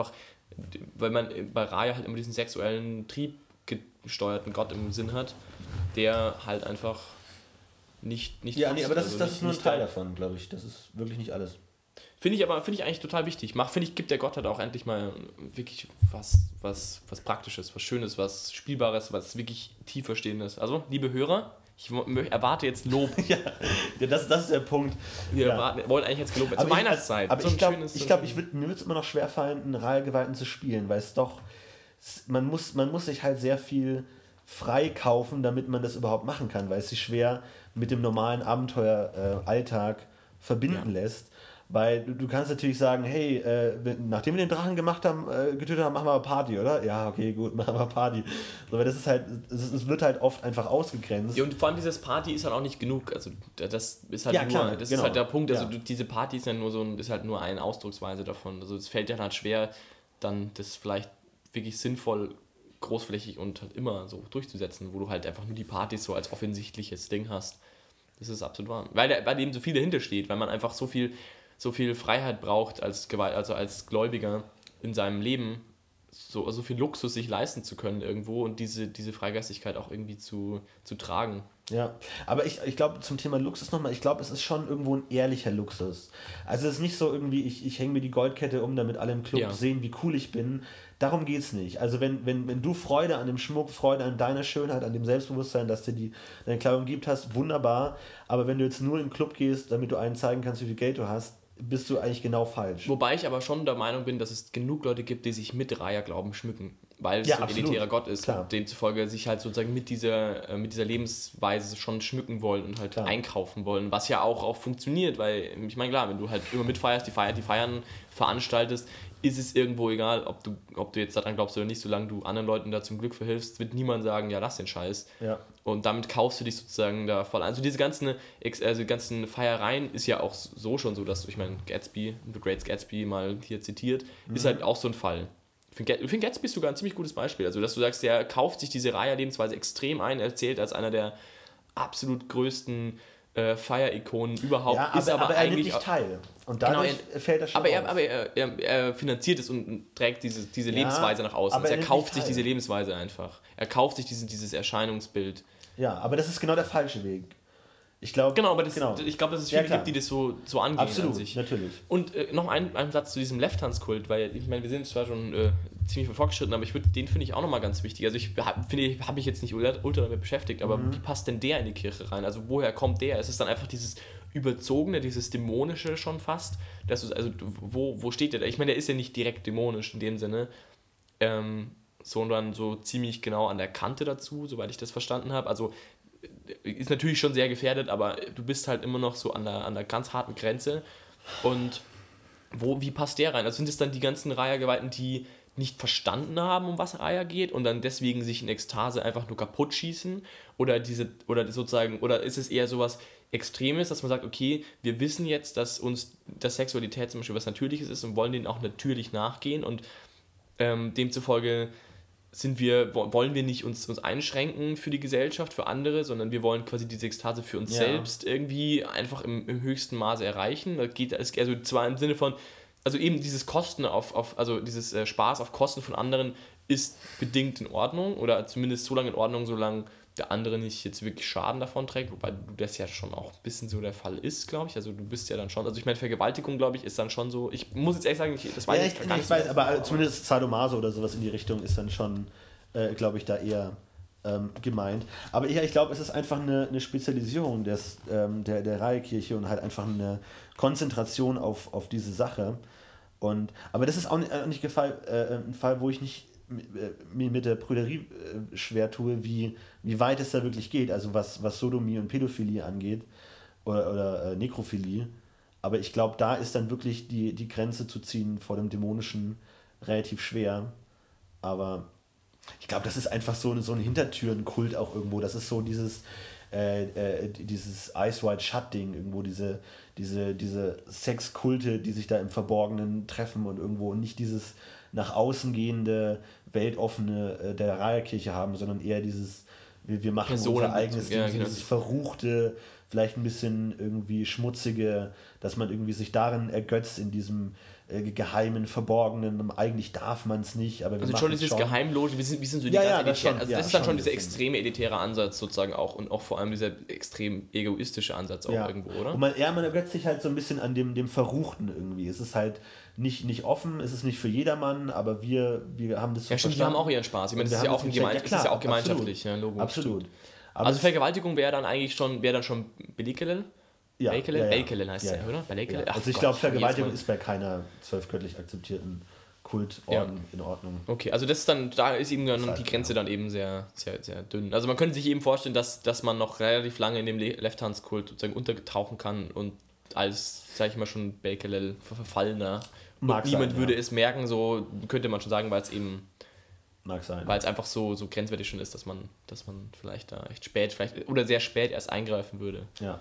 weil man bei Raya halt immer diesen sexuellen, triebgesteuerten Gott im Sinn hat, der halt einfach nicht ja, nee, aber das ist nur ein Teil davon, glaube ich. Das ist wirklich nicht alles. Finde ich eigentlich total wichtig. Gibt der Gott halt auch endlich mal wirklich was Praktisches, was Schönes, was Spielbares, was wirklich Tieferstehendes. Also, liebe Hörer, ich erwarte jetzt Lob. ja, das ist der Punkt. Wir wollen eigentlich jetzt gelobt werden. Zur Weihnachtszeit. Aber ich glaube, mir wird es immer noch schwerfallen, einen Raya-Geweihten zu spielen, weil man muss sich halt sehr viel frei kaufen, damit man das überhaupt machen kann, weil es sich schwer mit dem normalen Abenteueralltag verbinden lässt. Weil du kannst natürlich sagen, hey, nachdem wir den Drachen getötet haben, machen wir Party, oder? Ja, okay, gut, machen wir Party. So, weil das ist halt, es wird halt oft einfach ausgegrenzt. Ja, und vor allem dieses Party ist halt auch nicht genug. Also das ist halt genau. ist halt der Punkt. Also diese Party ist ja ist halt nur eine Ausdrucksweise davon. Also es fällt dir halt schwer, dann das vielleicht wirklich sinnvoll, großflächig und halt immer so durchzusetzen, wo du halt einfach nur die Partys so als offensichtliches Ding hast. Das ist absolut wahr. Weil eben so viel dahinter steht, weil man einfach so viel Freiheit braucht als Gläubiger in seinem Leben, so viel Luxus sich leisten zu können irgendwo und diese Freigeistigkeit auch irgendwie zu tragen. Ja, aber ich glaube zum Thema Luxus nochmal, ich glaube, es ist schon irgendwo ein ehrlicher Luxus. Also es ist nicht so irgendwie, ich hänge mir die Goldkette um, damit alle im Club sehen, wie cool ich bin. Darum geht's nicht. Also wenn du Freude an dem Schmuck, Freude an deiner Schönheit, an dem Selbstbewusstsein, dass dir deine Kleidung gibt hast, wunderbar. Aber wenn du jetzt nur in den Club gehst, damit du einen zeigen kannst, wie viel Geld du hast, bist du eigentlich genau falsch. Wobei ich aber schon der Meinung bin, dass es genug Leute gibt, die sich mit Raya-Glauben schmücken, weil es so ein elitärer Gott ist und demzufolge sich halt sozusagen mit dieser Lebensweise schon schmücken wollen und halt einkaufen wollen, was ja auch funktioniert, weil ich meine, klar, wenn du halt immer mitfeierst, die Feiern veranstaltest, ist es irgendwo egal, ob du jetzt daran glaubst oder nicht, solange du anderen Leuten da zum Glück verhilfst, wird niemand sagen, ja, lass den Scheiß. Ja. Und damit kaufst du dich sozusagen da voll an. Also diese ganzen Feiereien ist ja auch so schon so, dass, ich meine, Gatsby, The Great Gatsby mal hier zitiert, ist halt auch so ein Fall. Ich finde Gatsby ist sogar ein ziemlich gutes Beispiel. Also, dass du sagst, der kauft sich diese Raya-Lebensweise extrem ein, erzählt als einer der absolut größten Fire-Ikonen überhaupt. Ja, aber er nimmt nicht teil. Und dadurch fällt er schon aber er finanziert es und trägt diese Lebensweise nach außen. Also er kauft sich diese Lebensweise einfach. Er kauft sich dieses Erscheinungsbild. Ja, aber das ist genau der falsche Weg. Ich glaube, ich glaube, dass es viele gibt, die das so angehen. Absolut, an sich. Natürlich. Und noch ein Satz zu diesem Left-Hands-Kult, weil ich meine, wir sind zwar schon ziemlich fortgeschritten, aber den finde ich auch nochmal ganz wichtig. Also ich habe mich jetzt nicht ultra damit beschäftigt, aber wie passt denn der in die Kirche rein? Also woher kommt der? Ist es dann einfach dieses Überzogene, dieses Dämonische schon fast? Wo steht der da? Ich meine, der ist ja nicht direkt dämonisch in dem Sinne, sondern so ziemlich genau an der Kante dazu, soweit ich das verstanden habe. Also ist natürlich schon sehr gefährdet, aber du bist halt immer noch so an der ganz harten Grenze. Und wie passt der rein? Also sind es dann die ganzen Raya-Geweihten, die nicht verstanden haben, um was Raya geht und dann deswegen sich in Ekstase einfach nur kaputt schießen? Oder ist es eher sowas Extremes, dass man sagt, okay, wir wissen jetzt, dass Sexualität zum Beispiel was Natürliches ist und wollen denen auch natürlich nachgehen und demzufolge wollen wir nicht uns einschränken für die Gesellschaft, für andere, sondern wir wollen quasi diese Ekstase für uns selbst irgendwie einfach im höchsten Maße erreichen. Das geht also zwar im Sinne von, also eben dieses Kosten also dieses Spaß auf Kosten von anderen ist bedingt in Ordnung oder zumindest so lange in Ordnung, solange der andere nicht jetzt wirklich Schaden davon trägt, wobei das ja schon auch ein bisschen so der Fall ist, glaube ich. Also du bist ja dann schon, also ich meine Vergewaltigung, glaube ich, ist dann schon so, ich muss jetzt ehrlich sagen, das weiß ich gar nicht. Ich weiß, aber zumindest Sadomaso oder sowas in die Richtung ist dann schon, glaube ich, da eher gemeint. Aber ich glaube, es ist einfach eine Spezialisierung der Raya-Kirche und halt einfach eine Konzentration auf diese Sache. Aber das ist auch nicht ein Fall, wo ich nicht mir mit der Prüderie schwer tue, wie weit es da wirklich geht, also was Sodomie und Pädophilie angeht oder Nekrophilie. Aber ich glaube, da ist dann wirklich die Grenze zu ziehen vor dem Dämonischen relativ schwer. Aber ich glaube, das ist einfach so ein Hintertürenkult auch irgendwo. Das ist so dieses Eyes Wide Shut Ding irgendwo, diese Sexkulte, die sich da im Verborgenen treffen und irgendwo nicht dieses nach außen gehende, weltoffene der Raya-Kirche haben, sondern eher dieses, wir machen unser eigenes Ding, dieses verruchte, vielleicht ein bisschen irgendwie schmutzige, dass man irgendwie sich darin ergötzt in diesem geheimen, verborgenen, eigentlich darf man es nicht, aber wir machen schon dieses schon. Geheimlose, wir sind so die ganz elitären, also das ist dann schon dieser extreme elitäre Ansatz sozusagen auch und auch vor allem dieser extrem egoistische Ansatz auch irgendwo, oder? Und man ergötzt sich halt so ein bisschen an dem Verruchten irgendwie. Es ist halt nicht offen, es ist nicht für jedermann, aber wir haben das so verstanden. Die haben auch ihren Spaß. Ich meine, das ist ja auch gemeinschaftlich. Ja, Logo, absolut. Also Vergewaltigung wäre dann schon Belikelen? Ja, Belikelen heißt es ja, oder? Ja. Also ich glaube, Vergewaltigung ist bei keiner zwölfkirchlich akzeptierten Kultorden in Ordnung. Okay, also das ist dann, da ist eben dann die Grenze dann eben sehr, sehr, sehr dünn. Also man könnte sich eben vorstellen, dass man noch relativ lange in dem Left-Hands-Kult sozusagen untertauchen kann und als, sag ich mal, schon Bakelel verfallener. Mag Niemand sein, würde es merken, so könnte man schon sagen, weil es eben, Mag sein. weil es einfach so grenzwertig schon ist, dass man vielleicht da echt spät, oder sehr spät erst eingreifen würde. Ja.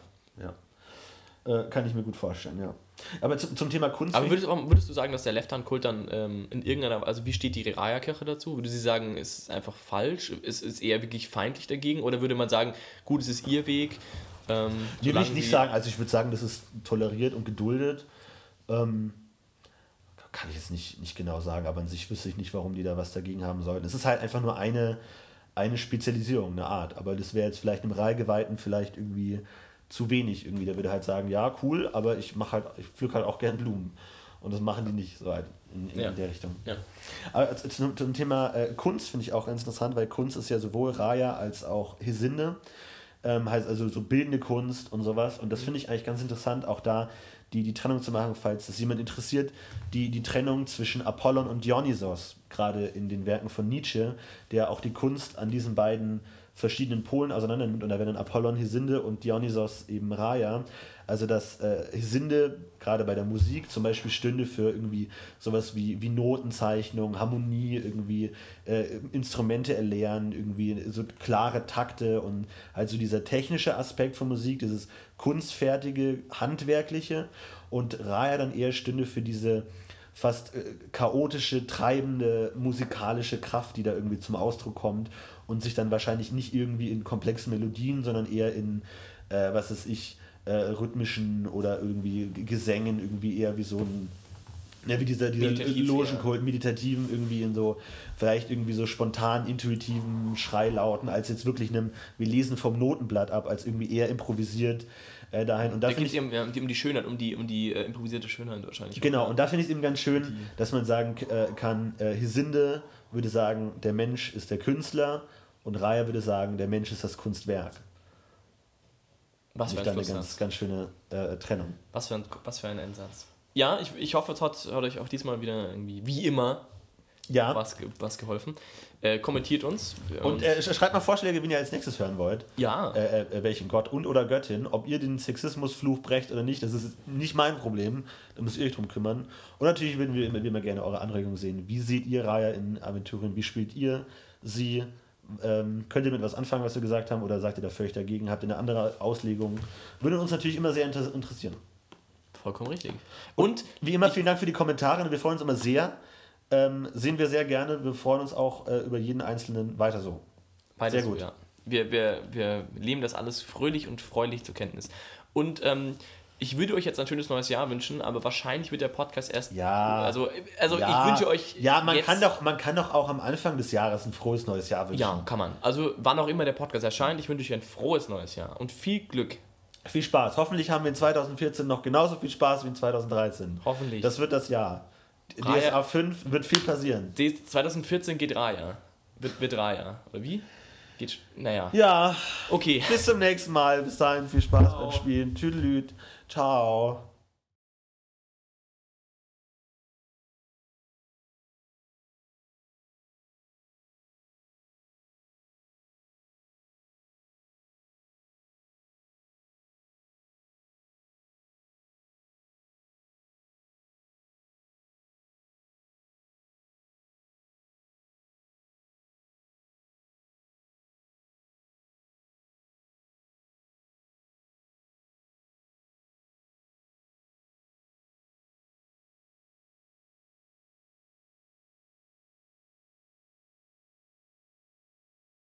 Kann ich mir gut vorstellen, ja. Aber zum Thema Kunst... Aber würdest du sagen, dass der Left-Hand-Kult dann in irgendeiner... Also wie steht die Raya-Kirche dazu? Würde sie sagen, es ist einfach falsch? Ist eher wirklich feindlich dagegen? Oder würde man sagen, gut, es ist ihr Weg? Würde ich nicht sagen. Also ich würde sagen, das ist toleriert und geduldet. Kann ich jetzt nicht genau sagen, aber an sich wüsste ich nicht, warum die da was dagegen haben sollten. Es ist halt einfach nur eine Spezialisierung, eine Art. Aber das wäre jetzt vielleicht im Reigeweiten vielleicht irgendwie... zu wenig irgendwie. Der würde halt sagen, ja, cool, aber ich pflück halt auch gern Blumen. Und das machen die nicht so halt in der Richtung. Ja. Aber zum Thema Kunst finde ich auch ganz interessant, weil Kunst ist ja sowohl Raya als auch Hesinde, heißt also so bildende Kunst und sowas. Und das finde ich eigentlich ganz interessant, auch da die Trennung zu machen, falls das jemand interessiert, die Trennung zwischen Apollon und Dionysos, gerade in den Werken von Nietzsche, der auch die Kunst an diesen beiden verschiedenen Polen auseinander nimmt, und da werden dann Apollon Hesinde und Dionysos eben Raya. Also dass Hesinde gerade bei der Musik zum Beispiel stünde für irgendwie sowas wie Notenzeichnung, Harmonie, irgendwie Instrumente erlernen, irgendwie so klare Takte und also dieser technische Aspekt von Musik, dieses kunstfertige, handwerkliche, und Raya dann eher stünde für diese fast chaotische, treibende, musikalische Kraft, die da irgendwie zum Ausdruck kommt und sich dann wahrscheinlich nicht irgendwie in komplexen Melodien, sondern eher in, rhythmischen oder irgendwie Gesängen, irgendwie eher wie so ein, wie dieser Logenkult, meditativen, irgendwie in so, vielleicht irgendwie so spontan intuitiven Schreilauten, als jetzt wirklich wir lesen vom Notenblatt ab, als irgendwie eher improvisiert dahin. Und da geht es um die Schönheit, um die improvisierte Schönheit wahrscheinlich. Genau, und da finde ich es eben ganz schön, dass man sagen kann, Hesinde würde sagen, der Mensch ist der Künstler, und Raya würde sagen, der Mensch ist das Kunstwerk. Was für ein ganz schöne Trennung. Was für ein Endsatz. Ja, ich hoffe, es hat euch auch diesmal wieder irgendwie, wie immer, was geholfen. Kommentiert uns. Und schreibt mal Vorschläge, wen ihr als nächstes hören wollt. Ja. Welchen Gott und oder Göttin. Ob ihr den Sexismusfluch brecht oder nicht, das ist nicht mein Problem. Da müsst ihr euch drum kümmern. Und natürlich würden wir immer gerne eure Anregungen sehen. Wie seht ihr Raya in Aventurien? Wie spielt ihr sie? Könnt ihr mit was anfangen, was wir gesagt haben, oder sagt ihr da völlig dagegen? Habt ihr eine andere Auslegung? Würde uns natürlich immer sehr interessieren. Vollkommen richtig. Und wie immer, vielen Dank für die Kommentare. Wir freuen uns immer sehr. Sehen wir sehr gerne. Wir freuen uns auch über jeden Einzelnen. Weiter so. Sehr gut. Ja. Wir nehmen das alles fröhlich und freudig zur Kenntnis. Und ich würde euch jetzt ein schönes neues Jahr wünschen, aber wahrscheinlich wird der Podcast erst... Ja. Also ich wünsche euch... Ja, man kann doch auch am Anfang des Jahres ein frohes neues Jahr wünschen. Ja, kann man. Also wann auch immer der Podcast erscheint, ich wünsche euch ein frohes neues Jahr und viel Glück. Viel Spaß. Hoffentlich haben wir in 2014 noch genauso viel Spaß wie in 2013. Hoffentlich. Das wird das Jahr. DSA 5 wird viel passieren. 2014 geht Raya. Wird Raya. Oder wie? Naja. Ja. Okay. Bis zum nächsten Mal. Bis dahin viel Spaß beim Spielen. Tüdelüt. Ciao.